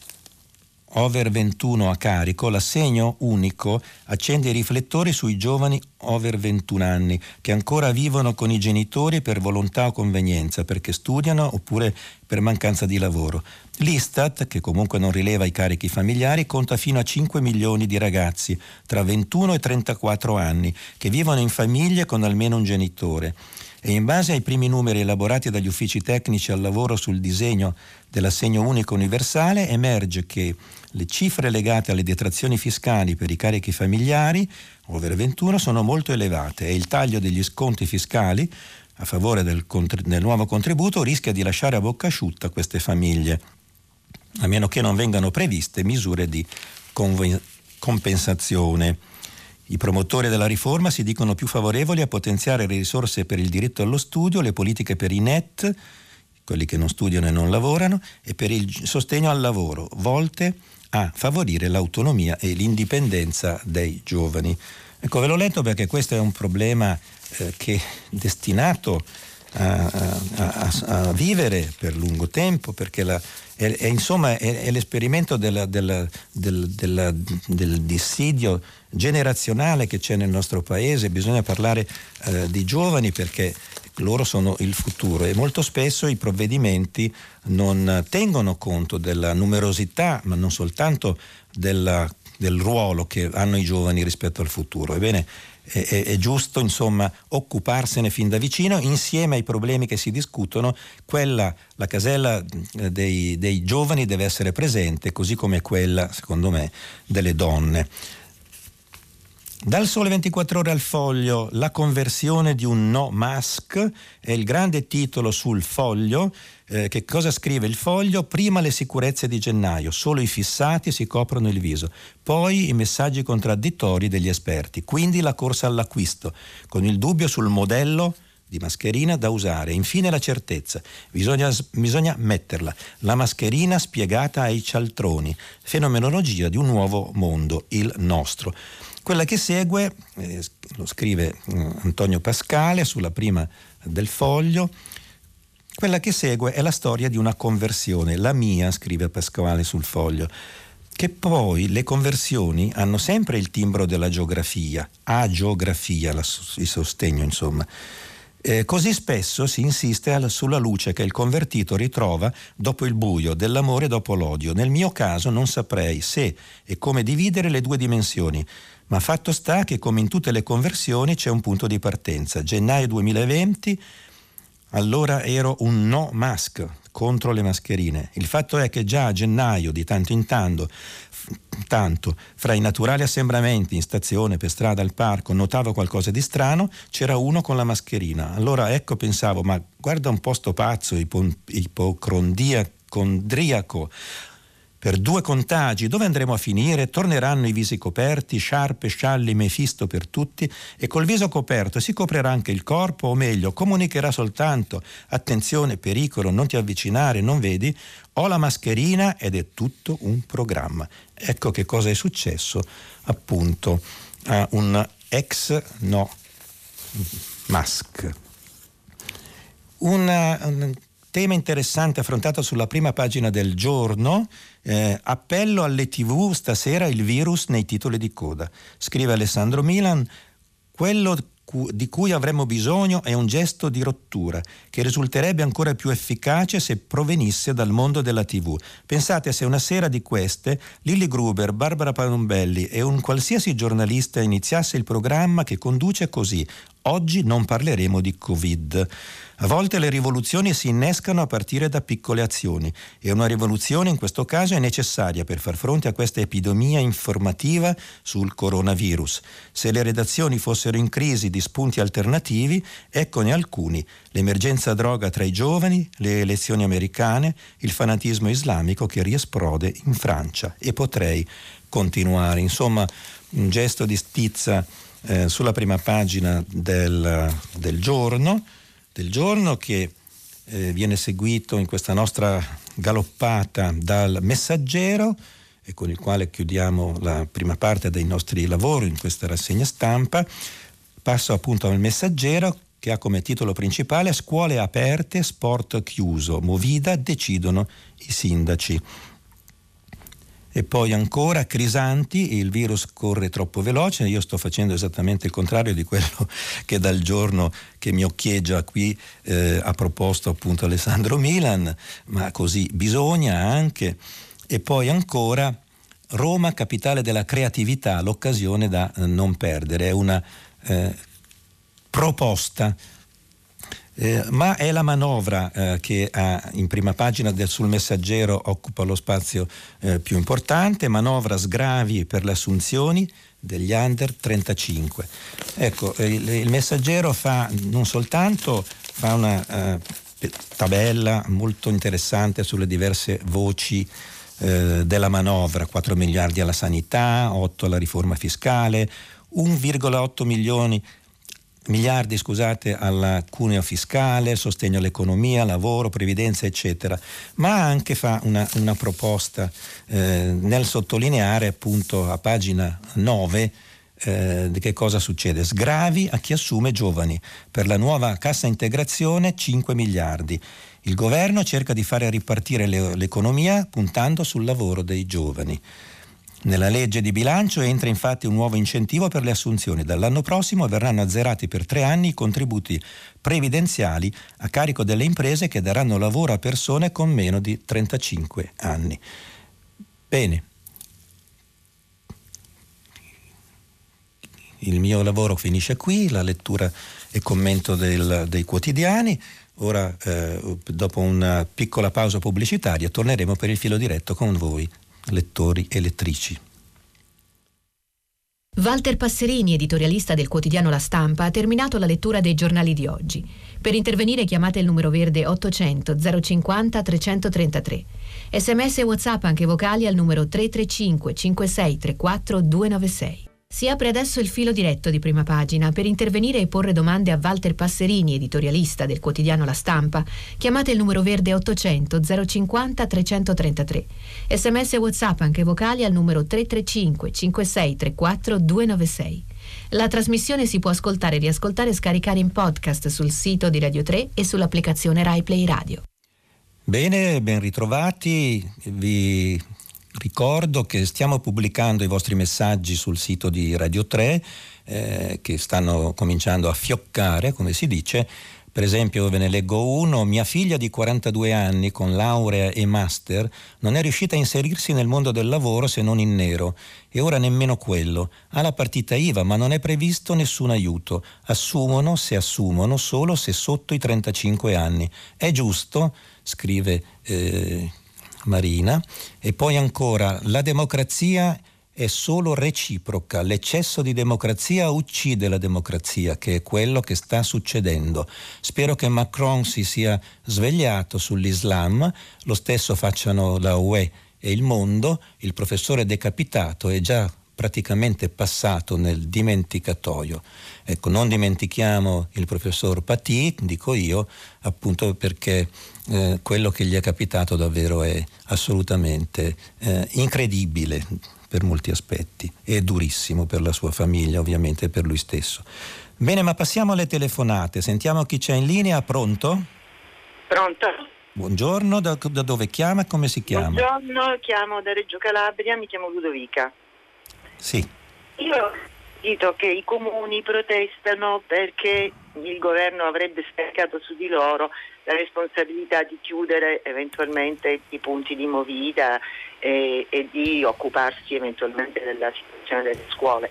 over ventuno a carico, l'assegno unico accende i riflettori sui giovani over ventuno anni che ancora vivono con i genitori per volontà o convenienza, perché studiano oppure per mancanza di lavoro. L'Istat, che comunque non rileva i carichi familiari, conta fino a cinque milioni di ragazzi tra ventuno e trentaquattro anni che vivono in famiglie con almeno un genitore. E in base ai primi numeri elaborati dagli uffici tecnici al lavoro sul disegno dell'assegno unico universale, emerge che le cifre legate alle detrazioni fiscali per i carichi familiari over ventuno sono molto elevate e il taglio degli sconti fiscali a favore del, del nuovo contributo rischia di lasciare a bocca asciutta queste famiglie, a meno che non vengano previste misure di conv- compensazione. I promotori della riforma si dicono più favorevoli a potenziare le risorse per il diritto allo studio, le politiche per i N E T, quelli che non studiano e non lavorano, e per il sostegno al lavoro, volte a favorire l'autonomia e l'indipendenza dei giovani. Ecco, ve l'ho letto perché questo è un problema eh, che è destinato a, a, a, a vivere per lungo tempo, perché la, è, è, insomma è, è l'esperimento della, della, del, della, del dissidio generazionale che c'è nel nostro paese. Bisogna parlare eh, di giovani perché loro sono il futuro e molto spesso i provvedimenti non tengono conto della numerosità, ma non soltanto della, del ruolo che hanno i giovani rispetto al futuro. Ebbene, è, è, è giusto insomma occuparsene fin da vicino insieme ai problemi che si discutono. Quella, la casella dei, dei giovani deve essere presente, così come quella, secondo me, delle donne. Dal Sole ventiquattro Ore al Foglio, la conversione di un no mask è il grande titolo sul Foglio. Eh, che cosa scrive il Foglio? Prima le sicurezze di gennaio, solo i fissati si coprono il viso, poi i messaggi contraddittori degli esperti, quindi la corsa all'acquisto, con il dubbio sul modello di mascherina da usare, infine la certezza, bisogna, bisogna metterla, la mascherina spiegata ai cialtroni, fenomenologia di un nuovo mondo, il nostro. Quella che segue, eh, lo scrive eh, Antonio Pascale sulla prima del Foglio, quella che segue è la storia di una conversione, la mia, scrive Pasquale sul Foglio, che poi le conversioni hanno sempre il timbro della geografia, agiografia, la, il sostegno insomma. Eh, così spesso si insiste alla, sulla luce che il convertito ritrova dopo il buio, dell'amore dopo l'odio. Nel mio caso non saprei se e come dividere le due dimensioni, ma fatto sta che come in tutte le conversioni c'è un punto di partenza. Gennaio duemilaventi, allora ero un no mask contro le mascherine. Il fatto è che già a gennaio, di tanto in tanto, tanto fra i naturali assembramenti in stazione, per strada, al parco, notavo qualcosa di strano, c'era uno con la mascherina. Allora ecco, pensavo, ma guarda un po' sto pazzo, ipo, ipocondriaco, per due contagi dove andremo a finire? Torneranno i visi coperti, sciarpe, scialli, Mefisto per tutti, e col viso coperto si coprirà anche il corpo, o meglio comunicherà soltanto: attenzione, pericolo, non ti avvicinare, non vedi? Ho la mascherina ed è tutto un programma. Ecco che cosa è successo appunto a un ex no mask. Una, un tema interessante affrontato sulla prima pagina del Giorno. Eh, appello alle tivù stasera, il virus nei titoli di coda. Scrive Alessandro Milan: quello di cui avremmo bisogno è un gesto di rottura che risulterebbe ancora più efficace se provenisse dal mondo della tivù. Pensate se una sera di queste Lilli Gruber, Barbara Palombelli e un qualsiasi giornalista iniziasse il programma che conduce così: oggi non parleremo di Covid. A volte le rivoluzioni si innescano a partire da piccole azioni, e una rivoluzione in questo caso è necessaria per far fronte a questa epidemia informativa sul coronavirus. Se le redazioni fossero in crisi di spunti alternativi, eccone alcuni: l'emergenza droga tra i giovani, le elezioni americane, il fanatismo islamico che riesplode in Francia, e potrei continuare. Insomma, un gesto di stizza eh, sulla prima pagina del, del giorno. del giorno che eh, viene seguito in questa nostra galoppata dal Messaggero, e con il quale chiudiamo la prima parte dei nostri lavori in questa rassegna stampa. Passo appunto al Messaggero, che ha come titolo principale: scuole aperte, sport chiuso, Movida, decidono i sindaci. E poi ancora Crisanti: il virus corre troppo veloce. Io sto facendo esattamente il contrario di quello che dal giorno che mi occhieggia qui eh, ha proposto appunto Alessandro Milan, ma così bisogna anche. E poi ancora Roma, capitale della creatività, l'occasione da eh, non perdere. È una eh, proposta. Eh, ma è la manovra eh, che ha in prima pagina del, sul Messaggero occupa lo spazio eh, più importante. Manovra sgravi per le assunzioni degli under trentacinque. Ecco, il, il Messaggero fa non soltanto fa una eh, tabella molto interessante sulle diverse voci eh, della manovra: quattro miliardi alla sanità, otto alla riforma fiscale, uno virgola otto milioni miliardi scusate al cuneo fiscale, sostegno all'economia, lavoro, previdenza eccetera, ma anche fa una, una proposta eh, nel sottolineare appunto a pagina nove eh, di che cosa succede. Sgravi a chi assume giovani, per la nuova cassa integrazione cinque miliardi. Il governo cerca di fare ripartire le, l'economia puntando sul lavoro dei giovani. Nella legge di bilancio entra infatti un nuovo incentivo per le assunzioni. Dall'anno prossimo verranno azzerati per tre anni i contributi previdenziali a carico delle imprese che daranno lavoro a persone con meno di trentacinque anni. Bene. Il mio lavoro finisce qui, la lettura e commento del, dei quotidiani. Ora, eh, dopo una piccola pausa pubblicitaria, torneremo per il filo diretto con voi, lettori e lettrici. Walter Passerini, editorialista del quotidiano La Stampa, ha terminato la lettura dei giornali di oggi. Per intervenire chiamate il numero verde ottocento zero cinquanta trecentotrentatré. Sms e WhatsApp anche vocali al numero tre tre cinque cinque sei tre quattro due nove sei. Si apre adesso il filo diretto di prima pagina. Per intervenire e porre domande a Walter Passerini, editorialista del quotidiano La Stampa, chiamate il numero verde ottocento zero cinquanta trecentotrentatré. Sms e WhatsApp anche vocali al numero tre tre cinque cinque sei tre quattro due nove sei. La trasmissione si può ascoltare, riascoltare e scaricare in podcast sul sito di Radio tre e sull'applicazione Rai Play Radio. Bene, ben ritrovati. Vi ricordo che stiamo pubblicando i vostri messaggi sul sito di Radio tre, eh, che stanno cominciando a fioccare, come si dice, Per esempio, ve ne leggo uno: mia figlia di quarantadue anni con laurea e master non è riuscita a inserirsi nel mondo del lavoro se non in nero, e ora nemmeno quello. Ha la partita I V A ma non è previsto nessun aiuto. Assumono, se assumono, solo se sotto i trentacinque anni. È giusto? Scrive eh, Marina. E poi ancora: la democrazia è solo reciproca, l'eccesso di democrazia uccide la democrazia, che è quello che sta succedendo. Spero che Macron si sia svegliato sull'Islam, lo stesso facciano la U E e il mondo. Il professore decapitato è già praticamente passato nel dimenticatoio. Ecco, non dimentichiamo il professor Paty, dico io, appunto perché eh, quello che gli è capitato davvero è assolutamente eh, incredibile per molti aspetti, e durissimo per la sua famiglia, ovviamente, e per lui stesso. Bene, ma passiamo alle telefonate. Sentiamo chi c'è in linea. Pronto? Pronto? Buongiorno, da, da dove chiama e come si chiama? Buongiorno, chiamo da Reggio Calabria, mi chiamo Ludovica. Sì. Io ho sentito che i comuni protestano perché il governo avrebbe scaricato su di loro la responsabilità di chiudere eventualmente i punti di movida e, e di occuparsi eventualmente della situazione delle scuole.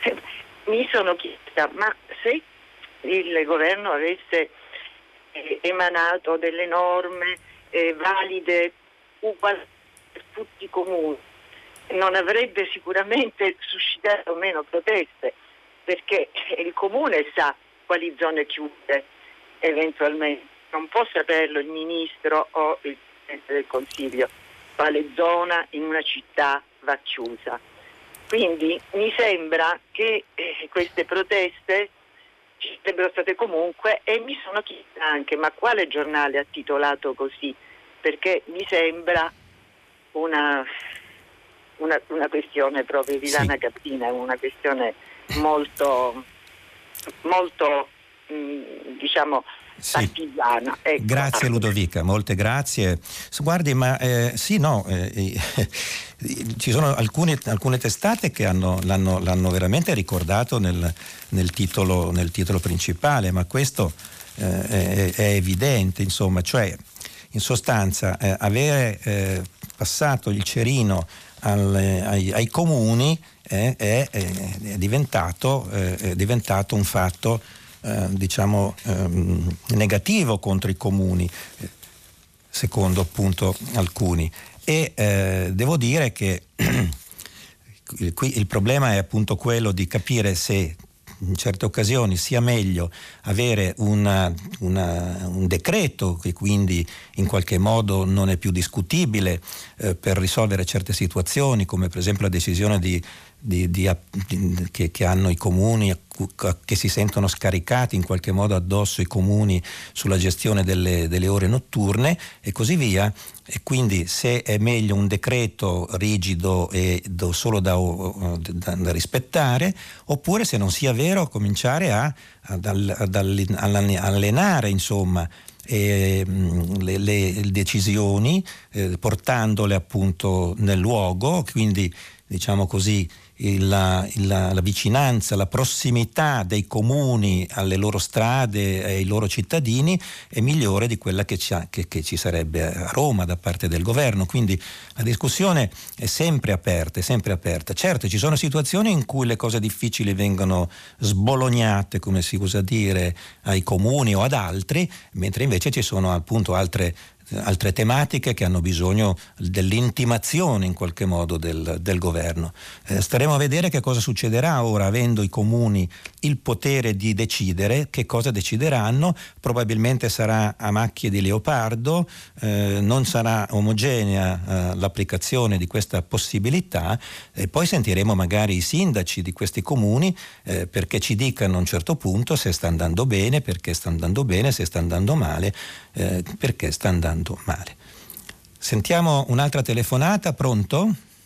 Mi sono chiesta, ma se il governo avesse eh, emanato delle norme eh, valide uguali per tutti i comuni, non avrebbe sicuramente suscitato meno proteste, perché il comune sa quali zone chiudere eventualmente. Non può saperlo il ministro o il Presidente del Consiglio quale zona in una città va chiusa. Quindi mi sembra che eh, queste proteste ci sarebbero state comunque, e mi sono chiesta anche ma quale giornale ha titolato così, perché mi sembra una, una, una questione proprio di lana Sì. caprina, una questione molto, molto mh, diciamo Sì. partigiana. Ecco. Grazie Ludovica, molte grazie. Guardi, ma eh, sì, no, eh, eh, ci sono alcune, alcune testate che hanno, l'hanno, l'hanno veramente ricordato nel, nel, titolo, nel titolo principale, ma questo eh, è, è evidente, insomma, cioè in sostanza eh, avere eh, passato il cerino al, ai, ai comuni eh, è, è, diventato, eh, è diventato un fatto Eh, diciamo ehm, negativo contro i comuni, eh, secondo appunto alcuni, e eh, devo dire che qui il problema è appunto quello di capire se in certe occasioni sia meglio avere una, una, un decreto che quindi in qualche modo non è più discutibile eh, per risolvere certe situazioni, come per esempio la decisione di Di, di, di, che, che hanno i comuni, che si sentono scaricati in qualche modo addosso i comuni sulla gestione delle, delle ore notturne e così via. E quindi se è meglio un decreto rigido e do, solo da, da, da rispettare, oppure se non sia vero cominciare a, ad, ad allenare insomma E, mh, le, le decisioni eh, portandole appunto nel luogo, quindi diciamo così il, la, il, la vicinanza, la prossimità dei comuni alle loro strade e ai loro cittadini è migliore di quella che ci, ha, che, che ci sarebbe a Roma da parte del governo. Quindi la discussione è sempre aperta, è sempre aperta. Certo, ci sono situazioni in cui le cose difficili vengono sbolognate, come si usa dire, ai comuni o ad altri, mentre invece ci sono appunto altre altre tematiche che hanno bisogno dell'intimazione in qualche modo del, del governo. Eh, staremo a vedere che cosa succederà ora, avendo i comuni il potere di decidere che cosa decideranno. Probabilmente sarà a macchie di leopardo, eh, non sarà omogenea eh, l'applicazione di questa possibilità, e poi sentiremo magari i sindaci di questi comuni eh, perché ci dicano a un certo punto se sta andando bene, perché sta andando bene, se sta andando male, eh, perché sta andando male. Sentiamo un'altra telefonata. Pronto?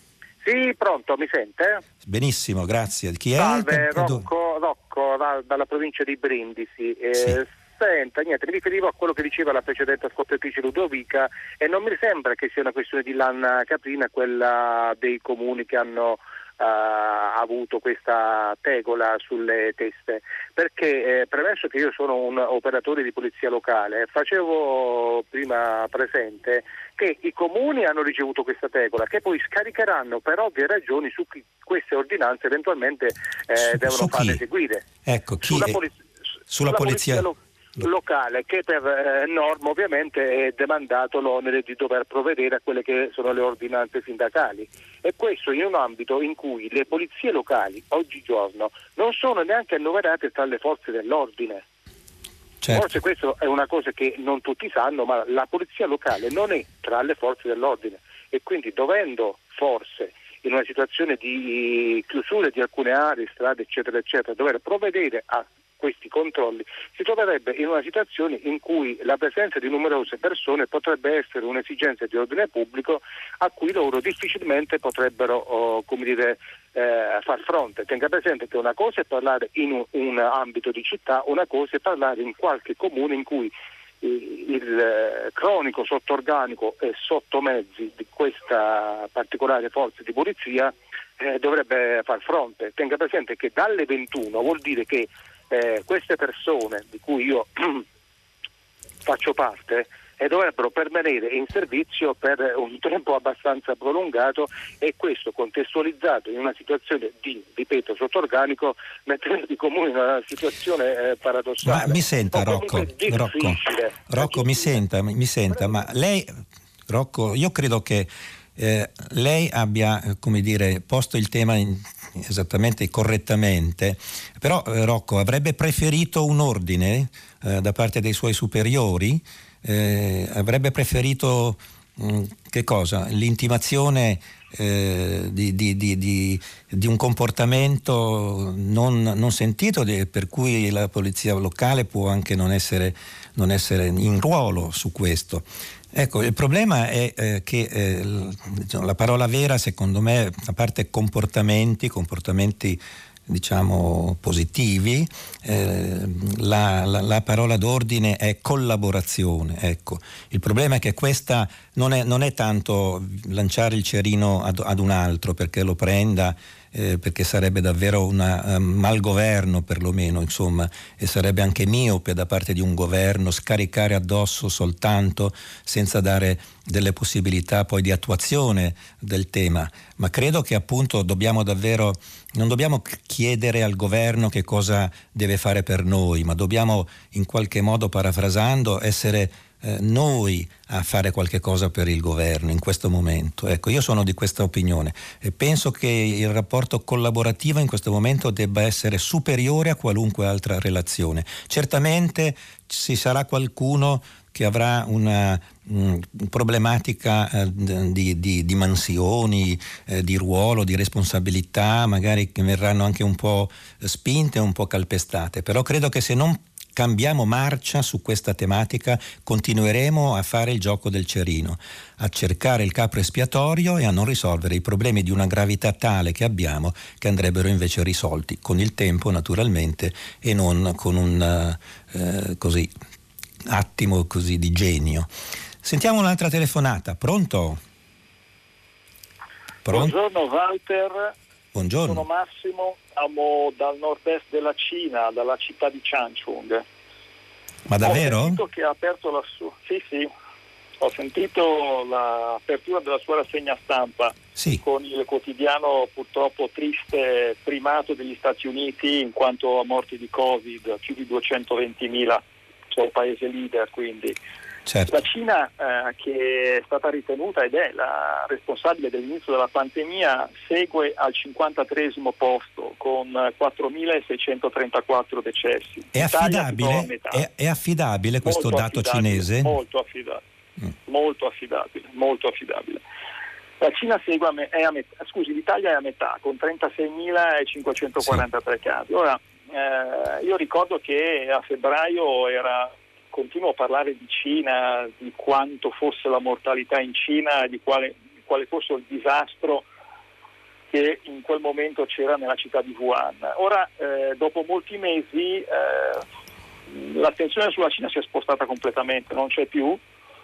Sì, pronto, mi sente? Benissimo, grazie. Chi è? Salve, Rocco, Rocco da, dalla provincia di Brindisi. Eh, sì. Senta, niente, mi riferivo a quello che diceva la precedente ascoltatrice Ludovica, e non mi sembra che sia una questione di lana caprina quella dei comuni che hanno ha avuto questa tegola sulle teste, perché eh, premesso che io sono un operatore di polizia locale, facevo prima presente che i comuni hanno ricevuto questa tegola, che poi scaricheranno per ovvie ragioni su chi queste ordinanze eventualmente eh, su, devono su farle chi? eseguire. Ecco, chi sulla, è... poliz- sulla, sulla polizia, polizia lo- locale, che per eh, norma ovviamente è demandato l'onere di dover provvedere a quelle che sono le ordinanze sindacali, e questo in un ambito in cui le polizie locali oggigiorno non sono neanche annoverate tra le forze dell'ordine. certo. Forse questo è una cosa che non tutti sanno, ma la polizia locale non è tra le forze dell'ordine, e quindi dovendo forse in una situazione di chiusura di alcune aree, strade eccetera eccetera, dover provvedere a questi controlli, si troverebbe in una situazione in cui la presenza di numerose persone potrebbe essere un'esigenza di ordine pubblico a cui loro difficilmente potrebbero oh, come dire, eh, far fronte. Tenga presente che una cosa è parlare in un, un ambito di città, una cosa è parlare in qualche comune in cui il, il eh, cronico sottorganico e sottomezzi di questa particolare forza di polizia eh, dovrebbe far fronte. Tenga presente che dalle ventuno vuol dire che Eh, queste persone di cui io faccio parte eh, dovrebbero permanere in servizio per un tempo abbastanza prolungato, e questo contestualizzato in una situazione di, ripeto, sottorganico, mette i comuni in una situazione eh, paradossale. Ma mi senta, O Rocco, Rocco, Rocco mi senta, mi senta, ma lei, Rocco, io credo che eh, lei abbia, come dire, posto il tema in, esattamente correttamente, però eh, Rocco avrebbe preferito un ordine eh, da parte dei suoi superiori, eh, avrebbe preferito mh, che cosa? L'intimazione eh, di, di, di, di, di un comportamento non, non sentito, di, per cui la polizia locale può anche non essere, non essere in ruolo su questo. Ecco, il problema è eh, che eh, la parola vera, secondo me, a parte comportamenti, comportamenti diciamo positivi, eh, la, la, la parola d'ordine è collaborazione. Ecco, il problema è che questa non è, non è tanto lanciare il cerino ad, ad un altro perché lo prenda, eh, perché sarebbe davvero un uh, malgoverno perlomeno, insomma, e sarebbe anche miope da parte di un governo scaricare addosso soltanto senza dare delle possibilità poi di attuazione del tema. Ma credo che appunto dobbiamo davvero, non dobbiamo chiedere al governo che cosa deve fare per noi, ma dobbiamo in qualche modo, parafrasando, essere eh, noi a fare qualche cosa per il governo in questo momento. Ecco, io sono di questa opinione e penso che il rapporto collaborativo in questo momento debba essere superiore a qualunque altra relazione. Certamente ci sarà qualcuno che avrà una mh, problematica eh, di, di, di mansioni, eh, di ruolo, di responsabilità, magari che verranno anche un po' spinte, un po' calpestate, però credo che se non cambiamo marcia su questa tematica continueremo a fare il gioco del cerino, a cercare il capro espiatorio e a non risolvere i problemi di una gravità tale che abbiamo, che andrebbero invece risolti con il tempo naturalmente e non con un eh, così attimo così di genio. Sentiamo un'altra telefonata. Pronto? Pronto? Buongiorno Walter. Buongiorno. Sono Massimo, siamo dal nord-est della Cina, dalla città di Changchun. Ma davvero? Ho sentito che ha aperto la sua... Sì, sì. Ho sentito l'apertura della sua rassegna stampa, sì, con il quotidiano purtroppo triste primato degli Stati Uniti in quanto a morti di Covid, più di duecentoventimila. C'è un paese leader, quindi certo. La Cina eh, che è stata ritenuta ed è la responsabile dell'inizio della pandemia segue al cinquantatreesimo posto con quattromilaseicentotrentaquattro decessi. È affidabile? È, è affidabile questo molto dato affidabile, cinese? Molto affidabile, mm. molto affidabile, molto affidabile. La Cina segue a me, è a metà, scusi, l'Italia è a metà con trentaseimilacinquecentoquarantatré sì. casi. Ora Eh, io ricordo che a febbraio era continuo a parlare di Cina, di quanto fosse la mortalità in Cina, di quale, di quale fosse il disastro che in quel momento c'era nella città di Wuhan. Ora, eh, dopo molti mesi, eh, l'attenzione sulla Cina si è spostata completamente, non c'è più,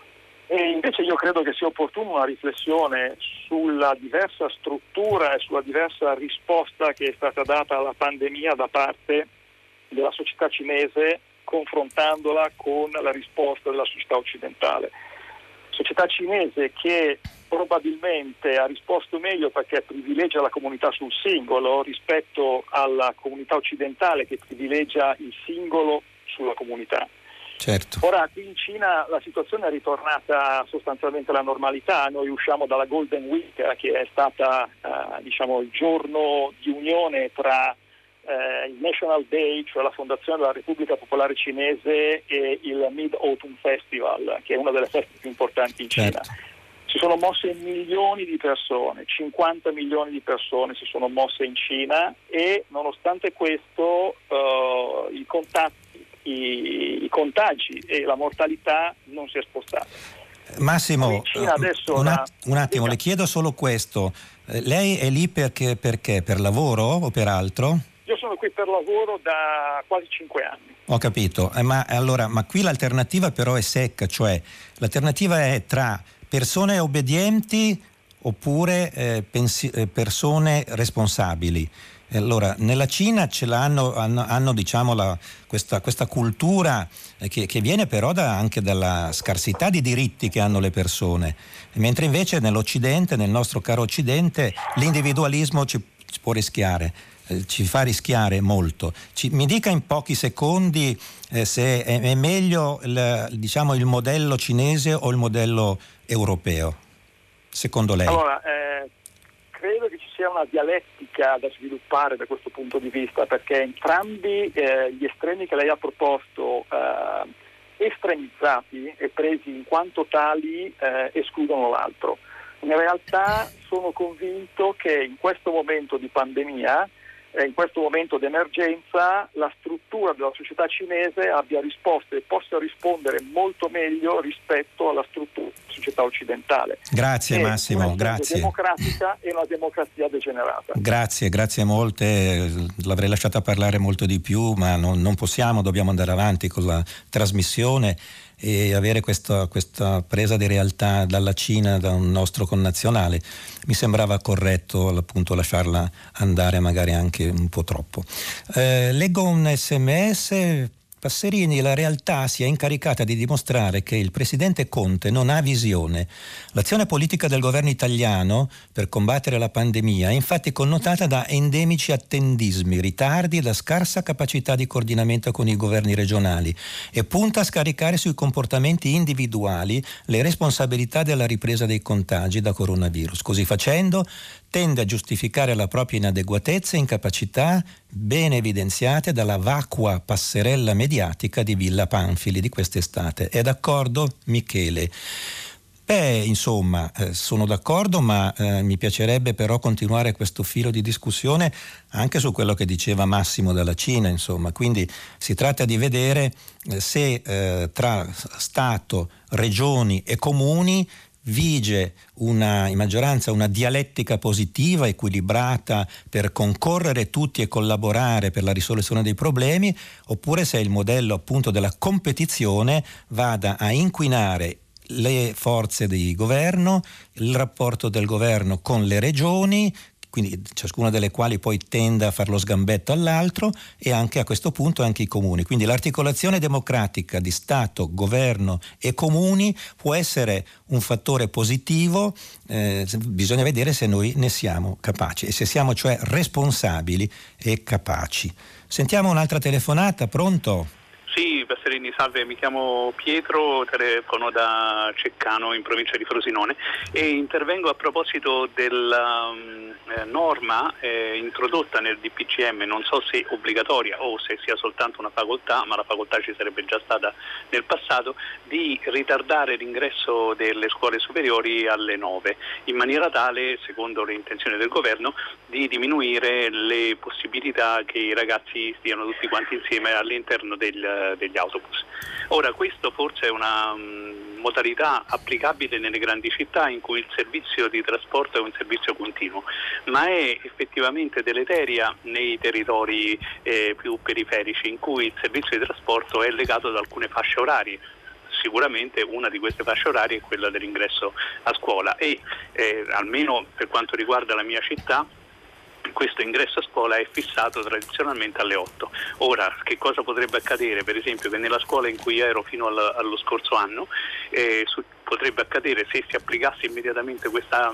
E invece io credo che sia opportuna una riflessione sulla diversa struttura e sulla diversa risposta che è stata data alla pandemia da parte della società cinese, confrontandola con la risposta della società occidentale. Società cinese che probabilmente ha risposto meglio perché privilegia la comunità sul singolo rispetto alla comunità occidentale che privilegia il singolo sulla comunità. Certo. Ora qui in Cina la situazione è ritornata sostanzialmente alla normalità, noi usciamo dalla Golden Week che è stata eh, diciamo il giorno di unione tra eh, il National Day, cioè la fondazione della Repubblica Popolare Cinese, e il Mid-Autumn Festival, che è una delle feste più importanti in Cina. Certo. Si sono mosse milioni di persone, cinquanta milioni di persone si sono mosse in Cina e nonostante questo uh, i contatti I, i contagi e la mortalità non si è spostata. Massimo, un, la... un attimo, le chiedo solo questo. Lei è lì perché, perché? Per lavoro o per altro? Io sono qui per lavoro da quasi cinque anni. Ho capito, eh, ma, allora, ma qui l'alternativa però è secca, cioè l'alternativa è tra persone obbedienti oppure eh, pensi- persone responsabili. Allora, nella Cina ce l'hanno, hanno, hanno diciamo la, questa, questa cultura che, che viene però da, anche dalla scarsità di diritti che hanno le persone, mentre invece nell'Occidente, nel nostro caro Occidente, l'individualismo ci, ci può rischiare, eh, ci fa rischiare molto. Ci, mi dica in pochi secondi eh, se è, è meglio il, diciamo, il modello cinese o il modello europeo, secondo lei? Allora, eh... credo che ci sia una dialettica da sviluppare da questo punto di vista, perché entrambi eh, gli estremi che lei ha proposto, eh, estremizzati e presi in quanto tali, eh, escludono l'altro. In realtà sono convinto che in questo momento di pandemia, eh, in questo momento di emergenza, la struttura della società cinese abbia risposto e possa rispondere molto meglio rispetto alla struttura della società occidentale. Grazie che Massimo, una grazie. democratica e una democrazia degenerata. Grazie, grazie molte. L'avrei lasciata parlare molto di più, ma non, non possiamo, dobbiamo andare avanti con la trasmissione e avere questa, questa presa di realtà dalla Cina, da un nostro connazionale. Mi sembrava corretto appunto lasciarla andare magari anche un po' troppo. Eh, leggo un sms. Passerini, la realtà si è incaricata di dimostrare che il presidente Conte non ha visione. L'azione politica del governo italiano per combattere la pandemia è infatti connotata da endemici attendismi, ritardi e da scarsa capacità di coordinamento con i governi regionali e punta a scaricare sui comportamenti individuali le responsabilità della ripresa dei contagi da coronavirus. Così facendo tende a giustificare la propria inadeguatezza e incapacità ben evidenziate dalla vacua passerella mediatica di Villa Panfili di quest'estate. È d'accordo, Michele? Beh, insomma, eh, sono d'accordo, ma eh, mi piacerebbe però continuare questo filo di discussione anche su quello che diceva Massimo dalla Cina, insomma. Quindi si tratta di vedere eh, se eh, tra Stato, regioni e comuni vige una, in maggioranza una dialettica positiva, equilibrata, per concorrere tutti e collaborare per la risoluzione dei problemi, oppure se il modello appunto della competizione vada a inquinare le forze di governo, il rapporto del governo con le regioni, quindi ciascuna delle quali poi tende a fare lo sgambetto all'altro, e anche a questo punto anche i comuni. Quindi l'articolazione democratica di Stato, governo e comuni può essere un fattore positivo, eh, bisogna vedere se noi ne siamo capaci e se siamo cioè responsabili e capaci. Sentiamo un'altra telefonata, pronto? Sì, Passerini, salve, mi chiamo Pietro, telefono da Ceccano in provincia di Frosinone e intervengo a proposito della um, eh, norma eh, introdotta nel D P C M, non so se obbligatoria o se sia soltanto una facoltà, ma la facoltà ci sarebbe già stata nel passato, di ritardare l'ingresso delle scuole superiori alle nove, in maniera tale, secondo le intenzioni del governo, di diminuire le possibilità che i ragazzi stiano tutti quanti insieme all'interno del degli autobus. Ora, questo forse è una um, modalità applicabile nelle grandi città in cui il servizio di trasporto è un servizio continuo, ma è effettivamente deleteria nei territori eh, più periferici in cui il servizio di trasporto è legato ad alcune fasce orarie. sicuramente una di queste fasce orarie è quella dell'ingresso a scuola e eh, almeno per quanto riguarda la mia città questo ingresso a scuola è fissato tradizionalmente alle otto. Ora, che cosa potrebbe accadere? Per esempio che nella scuola in cui ero fino al, allo scorso anno eh, su, potrebbe accadere, se si applicasse immediatamente questa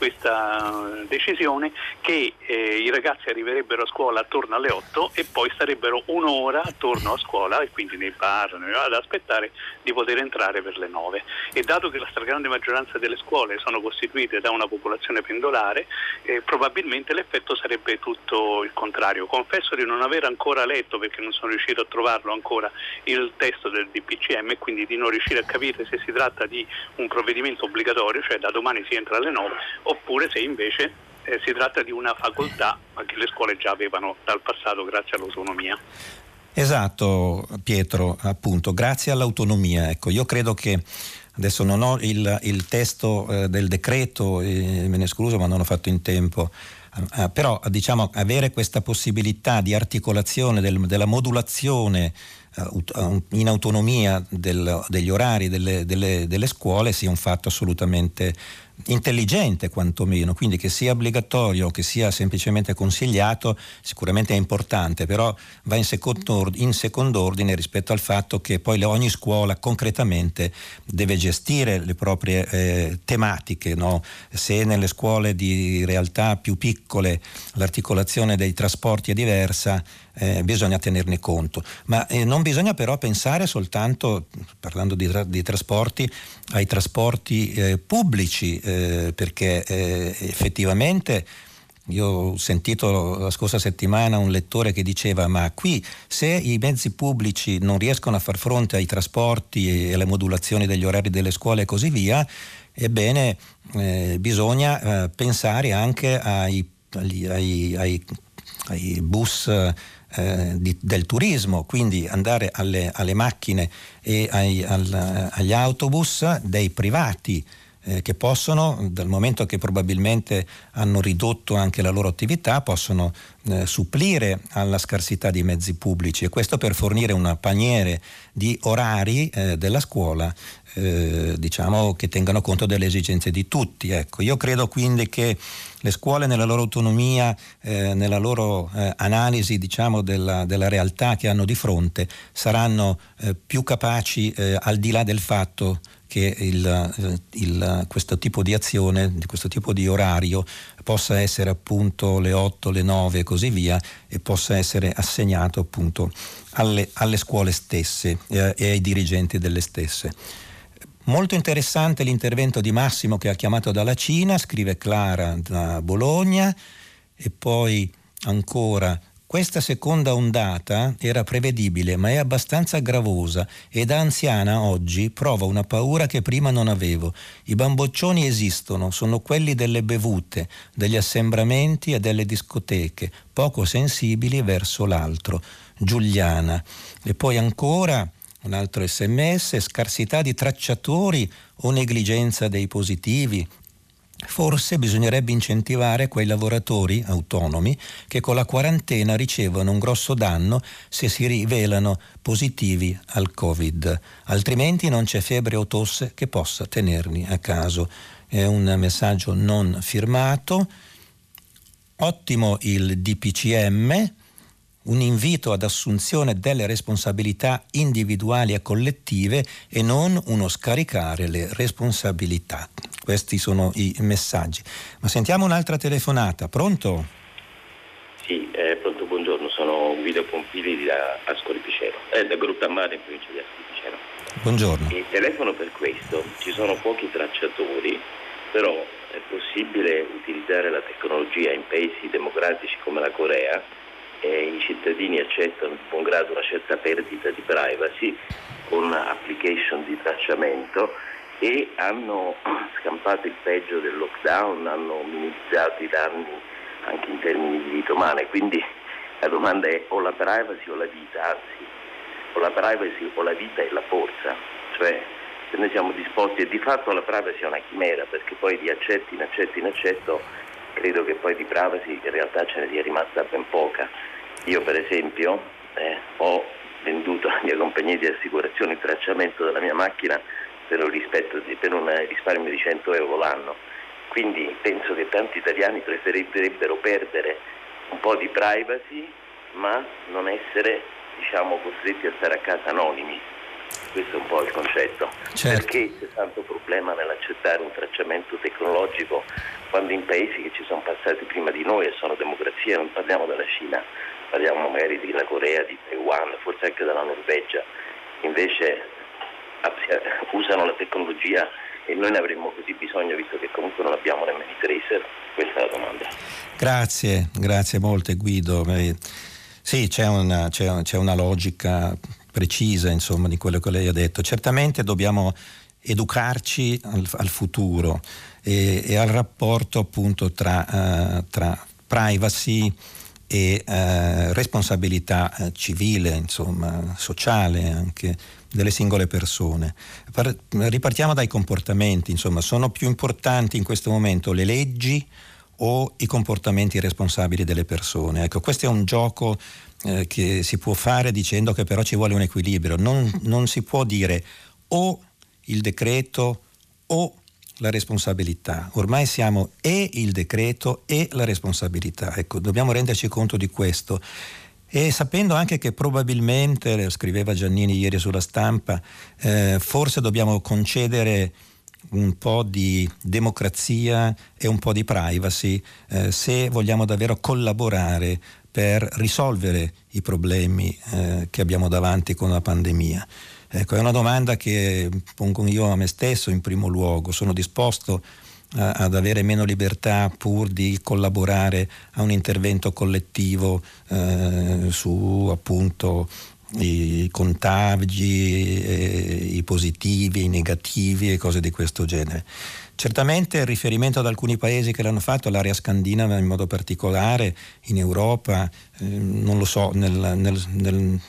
questa decisione, che eh, i ragazzi arriverebbero a scuola attorno alle otto e poi starebbero un'ora attorno a scuola e quindi nei bar ad aspettare di poter entrare per le nove. E dato che la stragrande maggioranza delle scuole sono costituite da una popolazione pendolare, eh, probabilmente l'effetto sarebbe tutto il contrario. Confesso di non aver ancora letto, perché non sono riuscito a trovarlo ancora, il testo del D P C M e quindi di non riuscire a capire se si tratta di un provvedimento obbligatorio, cioè da domani si entra alle nove, oppure se invece eh, si tratta di una facoltà che le scuole già avevano dal passato grazie all'autonomia. Esatto, Pietro, appunto, grazie all'autonomia. Ecco, io credo che adesso non ho il, il testo eh, del decreto, eh, me ne scuso, ma non ho fatto in tempo. Uh, però diciamo avere questa possibilità di articolazione del, della modulazione uh, in autonomia del, degli orari delle, delle, delle scuole sia un fatto assolutamente intelligente, quantomeno, quindi che sia obbligatorio o che sia semplicemente consigliato sicuramente è importante, però va in secondo, in secondo ordine rispetto al fatto che poi ogni scuola concretamente deve gestire le proprie eh, tematiche, no? Se nelle scuole di realtà più piccole l'articolazione dei trasporti è diversa, eh, bisogna tenerne conto, ma eh, non bisogna però pensare soltanto, parlando di, tra- di trasporti, ai trasporti eh, pubblici, eh, perché eh, effettivamente io ho sentito la scorsa settimana un lettore che diceva ma qui se i mezzi pubblici non riescono a far fronte ai trasporti e alle modulazioni degli orari delle scuole e così via, ebbene eh, bisogna eh, pensare anche ai, ai, ai, ai bus Eh, di, del turismo, quindi andare alle, alle macchine e ai, al, agli autobus dei privati eh, che possono, dal momento che probabilmente hanno ridotto anche la loro attività, possono eh, supplire alla scarsità di mezzi pubblici, e questo per fornire una paniere di orari eh, della scuola eh, diciamo che tengano conto delle esigenze di tutti. Ecco, io credo quindi che le scuole nella loro autonomia, eh, nella loro eh, analisi diciamo della, della realtà che hanno di fronte, saranno eh, più capaci eh, al di là del fatto che il, il, questo tipo di azione, di questo tipo di orario possa essere appunto le otto, le nove e così via, e possa essere assegnato appunto alle, alle scuole stesse eh, e ai dirigenti delle stesse. Molto interessante l'intervento di Massimo che ha chiamato dalla Cina, scrive Clara da Bologna, e poi ancora: questa seconda ondata era prevedibile ma è abbastanza gravosa e da anziana oggi provo una paura che prima non avevo. I bamboccioni esistono, sono quelli delle bevute, degli assembramenti e delle discoteche, poco sensibili verso l'altro. Giuliana. E poi ancora un altro sms: scarsità di tracciatori o negligenza dei positivi? Forse bisognerebbe incentivare quei lavoratori autonomi che con la quarantena ricevono un grosso danno se si rivelano positivi al Covid, altrimenti non c'è febbre o tosse che possa tenerli a casa. È un messaggio non firmato. Ottimo il D P C M, un invito ad assunzione delle responsabilità individuali e collettive e non uno scaricare le responsabilità. Questi sono i messaggi. Ma sentiamo un'altra telefonata. Pronto? Sì, eh, pronto, buongiorno, sono Guido Pompili da Ascoli Piceno, eh, da Gruppo Ammare in provincia di Ascoli Piceno. Buongiorno. E telefono per questo: ci sono pochi tracciatori, però è possibile utilizzare la tecnologia in paesi democratici come la Corea, e i cittadini accettano di buon grado una certa perdita di privacy con application di tracciamento e hanno scampato il peggio del lockdown, hanno minimizzato i danni anche in termini di vite umane. Quindi la domanda è: o la privacy o la vita, anzi o la privacy o la vita e la forza, cioè se noi siamo disposti, e di fatto la privacy è una chimera, perché poi di accetto in accetto in accetto credo che poi di privacy in realtà ce ne sia rimasta ben poca. Io per esempio eh, ho venduto alla mia compagnia di assicurazione il tracciamento della mia macchina per un, rispetto di, per un risparmio di cento euro l'anno. Quindi penso che tanti italiani preferirebbero perdere un po' di privacy ma non essere, diciamo, costretti a stare a casa anonimi. Questo è un po' il concetto. Certo. Perché c'è tanto problema nell'accettare un tracciamento tecnologico quando in paesi che ci sono passati prima di noi e sono democrazie, non parliamo della Cina, parliamo magari della Corea, di Taiwan, forse anche della Norvegia, invece usano la tecnologia e noi ne avremmo così bisogno, visto che comunque non abbiamo nemmeno i tracer? Questa è la domanda. Grazie, grazie molte Guido. Sì, c'è una, c'è, c'è una logica precisa, insomma, di quello che lei ha detto. Certamente dobbiamo educarci al, al futuro e, e al rapporto appunto tra, uh, tra privacy e uh, responsabilità uh, civile, insomma, sociale anche delle singole persone. Par- ripartiamo dai comportamenti, insomma, sono più importanti in questo momento le leggi o i comportamenti responsabili delle persone? Ecco, questo è un gioco eh, che si può fare dicendo che però ci vuole un equilibrio. Non, non si può dire o il decreto o la responsabilità. Ormai siamo e il decreto e la responsabilità. Ecco, dobbiamo renderci conto di questo. E sapendo anche che probabilmente, scriveva Giannini ieri sulla Stampa, eh, forse dobbiamo concedere un po' di democrazia e un po' di privacy eh, se vogliamo davvero collaborare per risolvere i problemi eh, che abbiamo davanti con la pandemia. Ecco, è una domanda che pongo io a me stesso in primo luogo. Sono disposto a, ad avere meno libertà pur di collaborare a un intervento collettivo eh, su appunto i contagi, eh, i positivi, i negativi e cose di questo genere. Certamente il riferimento ad alcuni paesi che l'hanno fatto, l'area scandinava in modo particolare, in Europa, eh, non lo so, nel, nel, nel,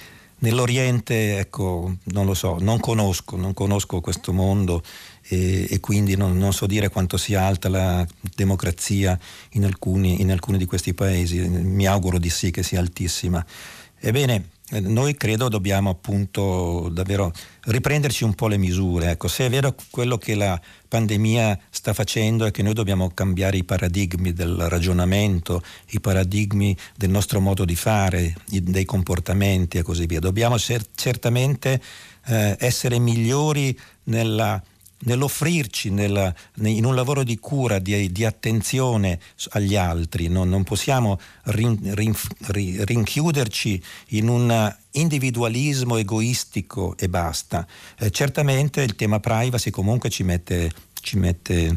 nell'Oriente, ecco, non lo so, non conosco, non conosco questo mondo e, e quindi non, non so dire quanto sia alta la democrazia in alcuni, in alcuni di questi paesi. Mi auguro di sì che sia altissima. Ebbene, noi credo dobbiamo appunto davvero riprenderci un po' le misure. Ecco, se è vero quello che la pandemia sta facendo è che noi dobbiamo cambiare i paradigmi del ragionamento, i paradigmi del nostro modo di fare, dei comportamenti e così via. Dobbiamo cer- certamente eh, essere migliori nella nell'offrirci nella, in un lavoro di cura, di, di attenzione agli altri. Non, non possiamo rin, rin, rin, rinchiuderci in un individualismo egoistico e basta. Eh, certamente il tema privacy comunque ci mette, ci mette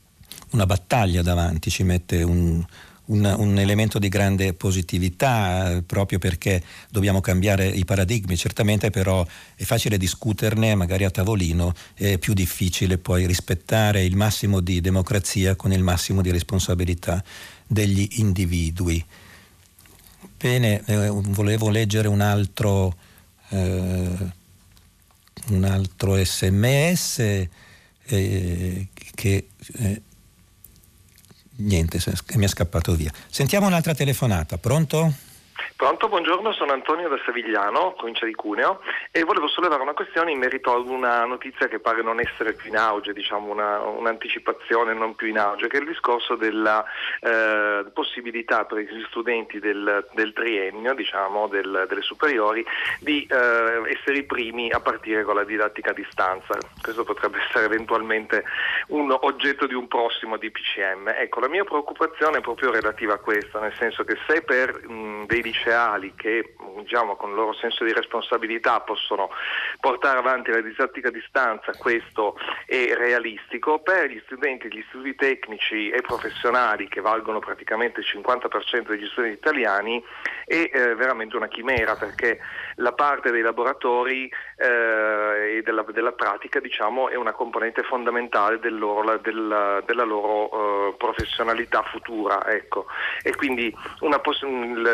una battaglia davanti, ci mette un Un, un elemento di grande positività eh, proprio perché dobbiamo cambiare i paradigmi. Certamente però è facile discuterne magari a tavolino, è più difficile poi rispettare il massimo di democrazia con il massimo di responsabilità degli individui. Bene, eh, volevo leggere un altro eh, un altro sms eh, che eh, niente, mi è scappato via. Sentiamo un'altra telefonata. Pronto? Pronto, buongiorno, sono Antonio da Savigliano, provincia di Cuneo, e volevo sollevare una questione in merito ad una notizia che pare non essere più in auge, diciamo una, un'anticipazione non più in auge, che è il discorso della eh, possibilità per gli studenti del, del triennio, diciamo, del, delle superiori, di eh, essere i primi a partire con la didattica a distanza. Questo potrebbe essere eventualmente un oggetto di un prossimo D P C M. Ecco, la mia preoccupazione è proprio relativa a questo, nel senso che se per mh, dei liceali che, diciamo, con il loro senso di responsabilità possono portare avanti la didattica a distanza, questo è realistico. Per gli studenti, gli studi tecnici e professionali, che valgono praticamente il cinquanta per cento degli studenti italiani, è eh, veramente una chimera, perché la parte dei laboratori eh, e della, della pratica, diciamo, è una componente fondamentale del loro, la, della, della loro eh, professionalità futura, ecco. E quindi una poss- il fatto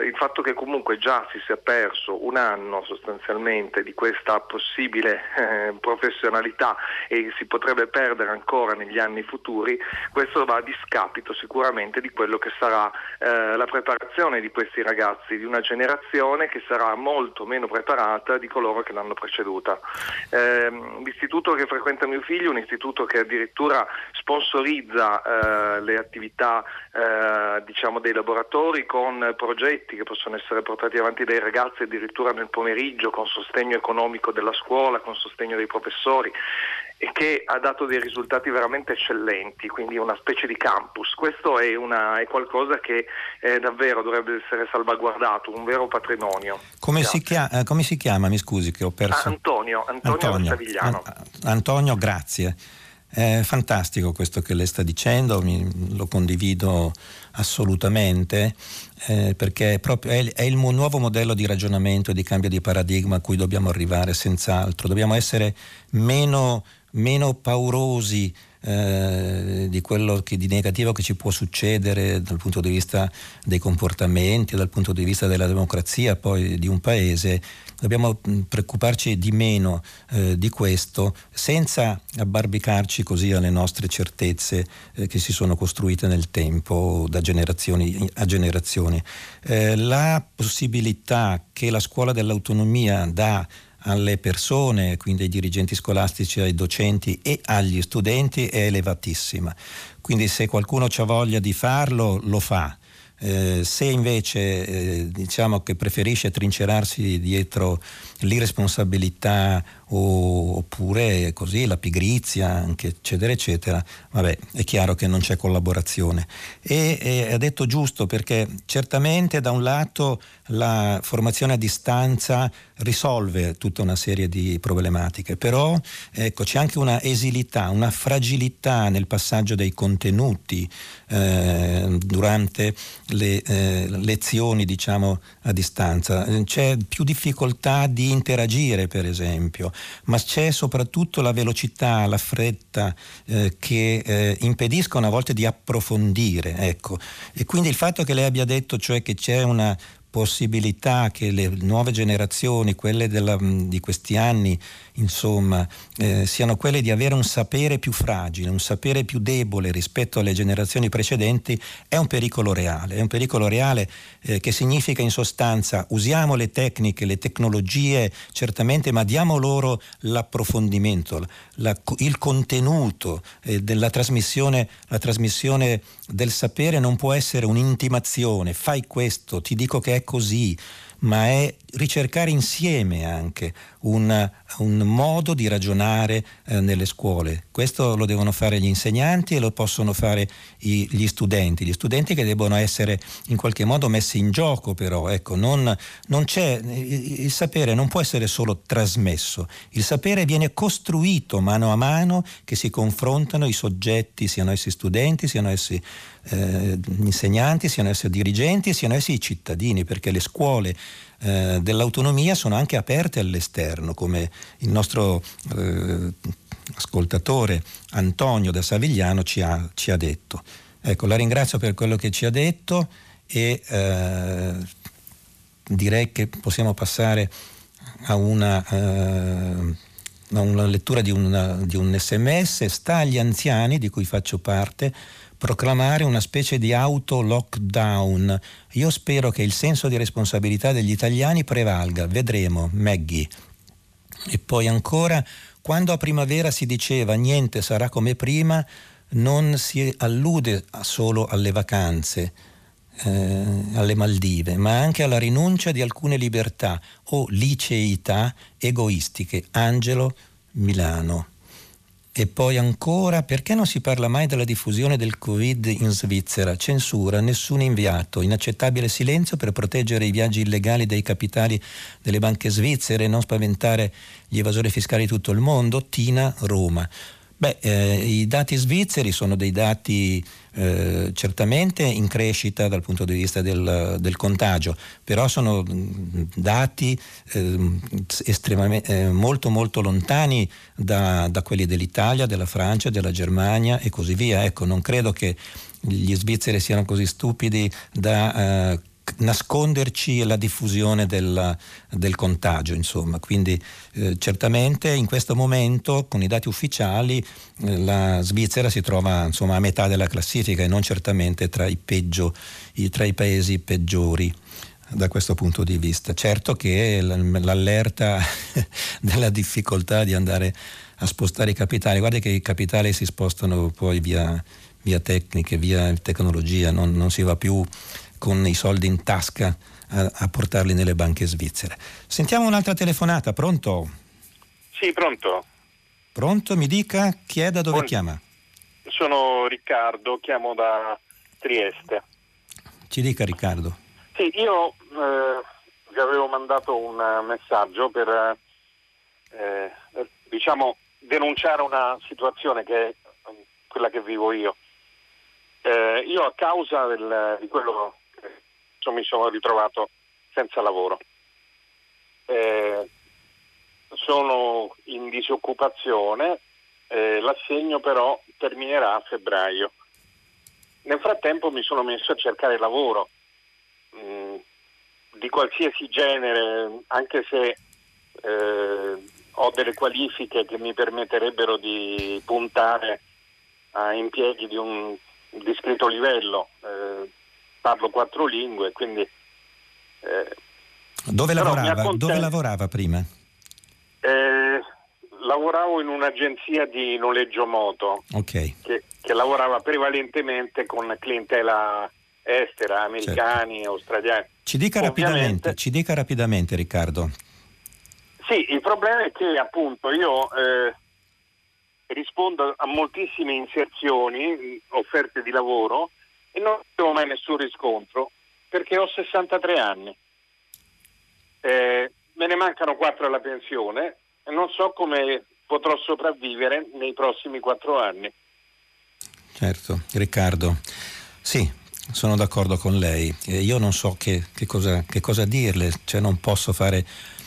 che comunque già si sia perso un anno sostanzialmente di questa possibile eh, professionalità e si potrebbe perdere ancora negli anni futuri, questo va a discapito sicuramente di quello che sarà eh, la preparazione di questi ragazzi, di una generazione che sarà molto meno preparata di coloro che l'hanno preceduta. Eh, l'istituto che frequenta mio figlio è un istituto che addirittura sponsorizza eh, le attività eh, diciamo dei laboratori con progetti che possono essere portati avanti dai ragazzi addirittura nel pomeriggio, con sostegno economico della scuola, con sostegno dei professori, e che ha dato dei risultati veramente eccellenti, quindi una specie di campus. Questo è, una, è qualcosa che eh, davvero dovrebbe essere salvaguardato, un vero patrimonio. Come si, chiama, come si chiama? Mi scusi che ho perso. Ah, Antonio, Antonio, Antonio Savigliano. An- Antonio, grazie. È fantastico questo che lei sta dicendo, mi, lo condivido assolutamente, eh, perché è, proprio, è, è il nuovo modello di ragionamento e di cambio di paradigma a cui dobbiamo arrivare senz'altro. Dobbiamo essere meno, meno paurosi eh, di quello che, di negativo che ci può succedere dal punto di vista dei comportamenti, dal punto di vista della democrazia poi di un paese. Dobbiamo preoccuparci di meno eh, di questo, senza abbarbicarci così alle nostre certezze eh, che si sono costruite nel tempo da generazioni a generazioni. Eh, la possibilità che la scuola dell'autonomia dà alle persone, quindi ai dirigenti scolastici, ai docenti e agli studenti, è elevatissima. Quindi se qualcuno ha voglia di farlo, lo fa. Eh, se invece eh, diciamo che preferisce trincerarsi dietro l'irresponsabilità o, oppure così la pigrizia anche eccetera eccetera, vabbè, è chiaro che non c'è collaborazione. E, e ha detto giusto, perché certamente da un lato la formazione a distanza risolve tutta una serie di problematiche, però ecco, c'è anche una esilità, una fragilità nel passaggio dei contenuti eh, durante le eh, lezioni diciamo a distanza. C'è più difficoltà di interagire, per esempio, ma c'è soprattutto la velocità, la fretta eh, che eh, impediscono a volte di approfondire, ecco. E quindi il fatto che lei abbia detto, cioè che c'è una possibilità che le nuove generazioni, quelle della, di questi anni, insomma, eh, siano quelle di avere un sapere più fragile, un sapere più debole rispetto alle generazioni precedenti, è un pericolo reale. È un pericolo reale eh, che significa in sostanza usiamo le tecniche, le tecnologie certamente, ma diamo loro l'approfondimento, la, il contenuto eh, della trasmissione, la trasmissione del sapere non può essere un'intimazione, fai questo, ti dico che è così, ma è ricercare insieme anche un, un modo di ragionare eh, nelle scuole. Questo lo devono fare gli insegnanti e lo possono fare i, gli studenti, gli studenti che debbono essere in qualche modo messi in gioco, però ecco, non, non c'è, il, il sapere non può essere solo trasmesso, il sapere viene costruito mano a mano che si confrontano i soggetti, siano essi studenti, siano essi eh, insegnanti, siano essi dirigenti, siano essi i cittadini, perché le scuole eh, dell'autonomia sono anche aperte all'esterno, come il nostro eh, ascoltatore Antonio da Savigliano ci ha, ci ha detto. Ecco, la ringrazio per quello che ci ha detto e eh, direi che possiamo passare a una, eh, a una lettura di, una, di un sms. Sta agli anziani, di cui faccio parte, proclamare una specie di auto-lockdown. Io spero che il senso di responsabilità degli italiani prevalga. Vedremo, Maggie. E poi ancora, quando a primavera si diceva niente sarà come prima, non si allude solo alle vacanze, eh, alle Maldive, ma anche alla rinuncia di alcune libertà o liceità egoistiche. Angelo, Milano. E poi ancora, perché non si parla mai della diffusione del Covid in Svizzera? Censura, nessun inviato, inaccettabile silenzio per proteggere i viaggi illegali dei capitali delle banche svizzere, non spaventare gli evasori fiscali di tutto il mondo. Tina, Roma. Beh, eh, i dati svizzeri sono dei dati eh, certamente in crescita dal punto di vista del, del contagio, però sono dati eh, estremamente eh, molto molto lontani da, da quelli dell'Italia, della Francia, della Germania e così via. Ecco, non credo che gli svizzeri siano così stupidi da eh, nasconderci la diffusione del, del contagio, insomma. Quindi eh, certamente in questo momento, con i dati ufficiali, eh, la Svizzera si trova, insomma, a metà della classifica e non certamente tra i peggio, i, tra i paesi peggiori da questo punto di vista. Certo che l'allerta della difficoltà di andare a spostare i capitali, guarda che i capitali si spostano poi via, via tecniche, via tecnologia, non, non si va più con i soldi in tasca a, a portarli nelle banche svizzere. Sentiamo un'altra telefonata, pronto? Sì, pronto. Pronto, mi dica chi è, da dove Buon... chiama? Sono Riccardo, chiamo da Trieste. Ci dica, Riccardo. Sì, io eh, vi avevo mandato un messaggio per eh, diciamo denunciare una situazione che è quella che vivo io. Eh, io a causa del, di quello che mi sono ritrovato senza lavoro. Eh, sono in disoccupazione, eh, l'assegno però terminerà a febbraio. Nel frattempo mi sono messo a cercare lavoro mh, di qualsiasi genere, anche se eh, ho delle qualifiche che mi permetterebbero di puntare a impieghi di un discreto livello. Eh, parlo quattro lingue, quindi eh, dove lavorava? Acconten- dove lavorava prima? Eh, lavoravo in un'agenzia di noleggio moto, okay. che, che lavorava prevalentemente con clientela estera, americani, certo. australiani. Ci dica Ovviamente, rapidamente, ci dica rapidamente, Riccardo. Sì, il problema è che appunto io eh, rispondo a moltissime inserzioni, offerte di lavoro, e non avevo mai nessun riscontro perché ho sessantatré anni. Eh, me ne mancano quattro alla pensione e non so come potrò sopravvivere nei prossimi quattro anni. Certo, Riccardo, sì, sono d'accordo con lei. Eh, io non so che, che, cosa, che cosa dirle, cioè non posso fare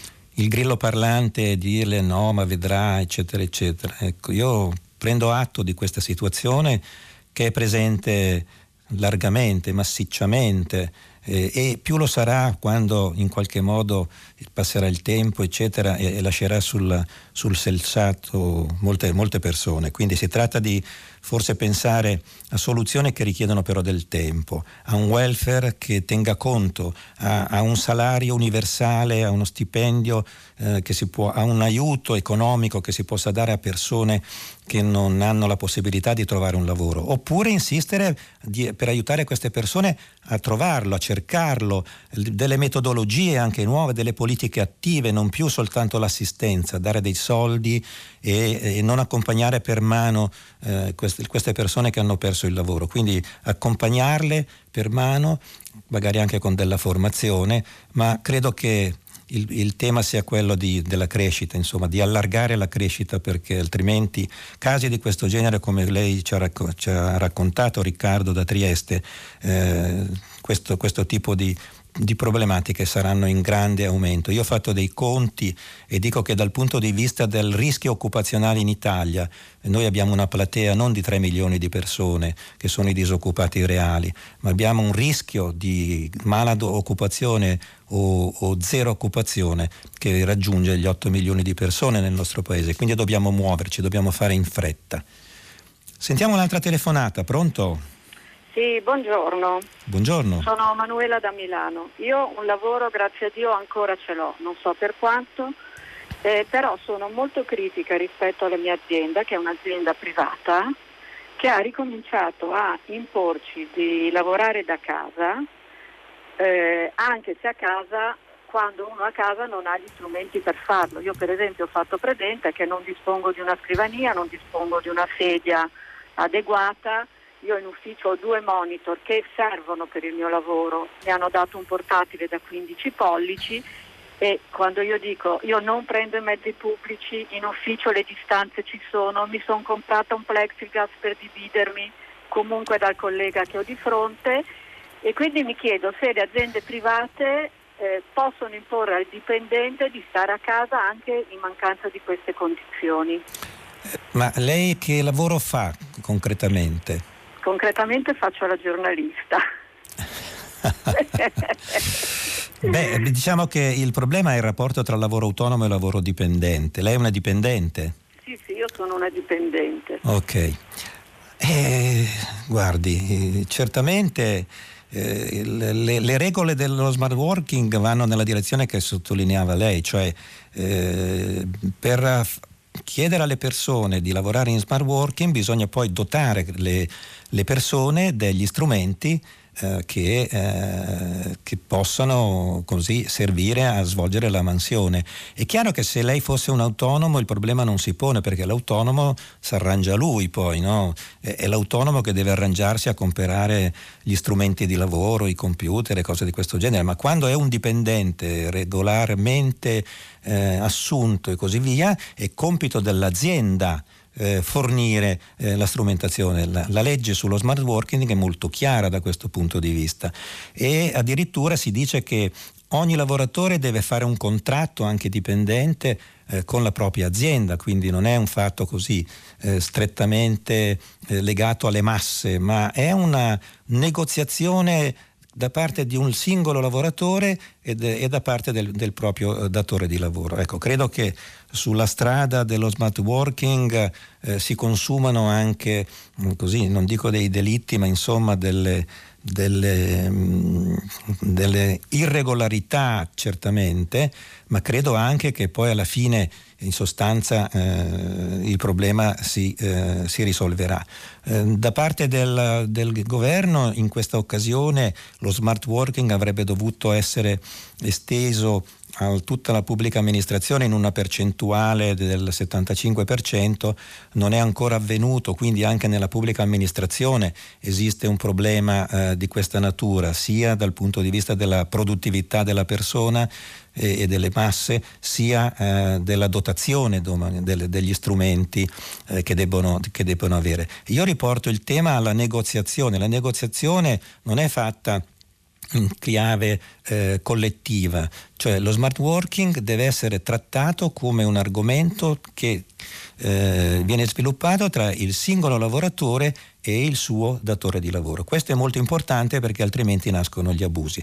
il grillo parlante e dirle no, ma vedrà, eccetera, eccetera. Ecco, io prendo atto di questa situazione che è presente largamente, massicciamente, eh, e più lo sarà quando in qualche modo passerà il tempo, eccetera, e, e lascerà sul, sul selciato molte, molte persone. Quindi si tratta di forse pensare a soluzioni che richiedono però del tempo, a un welfare che tenga conto, a, a un salario universale, a uno stipendio eh, che si può, a un aiuto economico che si possa dare a persone che non hanno la possibilità di trovare un lavoro, oppure insistere di, per aiutare queste persone a trovarlo, a cercarlo, delle metodologie anche nuove, delle politiche attive, non più soltanto l'assistenza, dare dei soldi e, e non accompagnare per mano eh, queste, queste persone che hanno perso il lavoro, quindi accompagnarle per mano, magari anche con della formazione, ma credo che Il, il tema sia quello di, della crescita, insomma, di allargare la crescita, perché altrimenti casi di questo genere, come lei ci ha, racco- ci ha raccontato, Riccardo, da Trieste, eh, questo, questo tipo di, di problematiche saranno in grande aumento. Io ho fatto dei conti e dico che dal punto di vista del rischio occupazionale in Italia noi abbiamo una platea non di tre milioni di persone che sono i disoccupati reali, ma abbiamo un rischio di mala occupazione o, o zero occupazione che raggiunge gli otto milioni di persone nel nostro paese, quindi dobbiamo muoverci, dobbiamo fare in fretta. Sentiamo un'altra telefonata, pronto? Sì, buongiorno. Buongiorno. Sono Manuela da Milano. Io un lavoro, grazie a Dio, ancora ce l'ho, non so per quanto, eh, però sono molto critica rispetto alla mia azienda, che è un'azienda privata, che ha ricominciato a imporci di lavorare da casa, eh, anche se a casa, quando uno a casa non ha gli strumenti per farlo. Io per esempio ho fatto presente che non dispongo di una scrivania, non dispongo di una sedia adeguata. Io in ufficio ho due monitor che servono per il mio lavoro, mi hanno dato un portatile da quindici pollici e quando io dico io non prendo i mezzi pubblici, in ufficio le distanze ci sono, mi sono comprata un plexiglass per dividermi comunque dal collega che ho di fronte e quindi mi chiedo se le aziende private eh, possono imporre al dipendente di stare a casa anche in mancanza di queste condizioni. Ma lei che lavoro fa concretamente? Concretamente faccio la giornalista. Beh, diciamo che il problema è il rapporto tra lavoro autonomo e lavoro dipendente. Lei è una dipendente? Sì, sì, io sono una dipendente. Ok. Eh, guardi, certamente eh, le, le regole dello smart working vanno nella direzione che sottolineava lei, cioè eh, per chiedere alle persone di lavorare in smart working bisogna poi dotare le, le persone degli strumenti eh, che, eh, che possano così servire a svolgere la mansione. È chiaro che se lei fosse un autonomo il problema non si pone, perché l'autonomo si arrangia lui poi, no? È, è l'autonomo che deve arrangiarsi a comprare gli strumenti di lavoro, i computer e cose di questo genere, ma quando è un dipendente regolarmente eh, assunto e così via, è compito dell'azienda Eh, fornire eh, la strumentazione. La, la legge sullo smart working è molto chiara da questo punto di vista e addirittura si dice che ogni lavoratore deve fare un contratto anche dipendente eh, con la propria azienda, quindi non è un fatto così eh, strettamente eh, legato alle masse, ma è una negoziazione da parte di un singolo lavoratore e, de, e da parte del, del proprio datore di lavoro. Ecco, credo che sulla strada dello smart working eh, si consumano anche, così, non dico dei delitti, ma insomma delle, delle, mh, delle irregolarità certamente, ma credo anche che poi alla fine in sostanza eh, il problema si, eh, si risolverà. Eh, da parte del, del governo in questa occasione lo smart working avrebbe dovuto essere esteso a tutta la pubblica amministrazione in una percentuale del settantacinque per cento, non è ancora avvenuto, quindi anche nella pubblica amministrazione esiste un problema eh, di questa natura, sia dal punto di vista della produttività della persona e, e delle masse, sia eh, della dotazione dom- del, degli strumenti eh, che, debbono, che debbono avere. Io riporto il tema alla negoziazione. La negoziazione non è fatta in chiave eh, collettiva, cioè lo smart working deve essere trattato come un argomento che eh, viene sviluppato tra il singolo lavoratore e il suo datore di lavoro. Questo è molto importante perché altrimenti nascono gli abusi.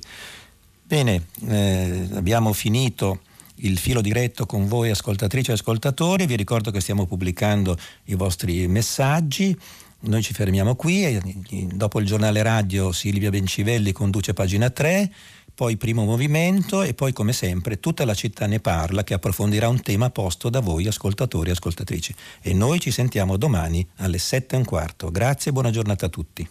Bene, eh, abbiamo finito il filo diretto con voi ascoltatrici e ascoltatori, vi ricordo che stiamo pubblicando i vostri messaggi. Noi ci fermiamo qui e dopo il giornale radio Silvia Bencivelli conduce Pagina tre, poi Primo Movimento e poi come sempre Tutta la città ne parla, che approfondirà un tema posto da voi ascoltatori e ascoltatrici. E noi ci sentiamo domani alle sette e un quarto. Grazie e buona giornata a tutti.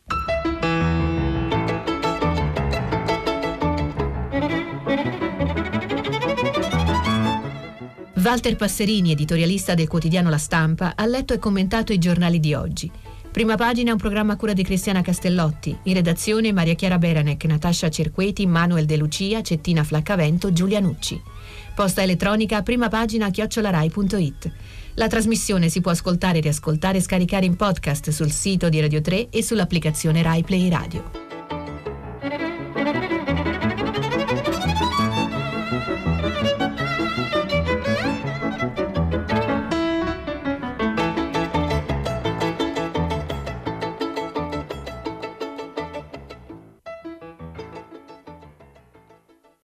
Walter Passerini, editorialista del quotidiano La Stampa, ha letto e commentato i giornali di oggi. Prima Pagina è un programma a cura di Cristiana Castellotti. In redazione Maria Chiara Beranec, Natascia Cerqueti, Manuel De Lucia, Cettina Flaccavento, Giulia Nucci. Posta elettronica primapagina chiocciola rai punto it. La trasmissione si può ascoltare, riascoltare e scaricare in podcast sul sito di Radio tre e sull'applicazione Rai Play Radio.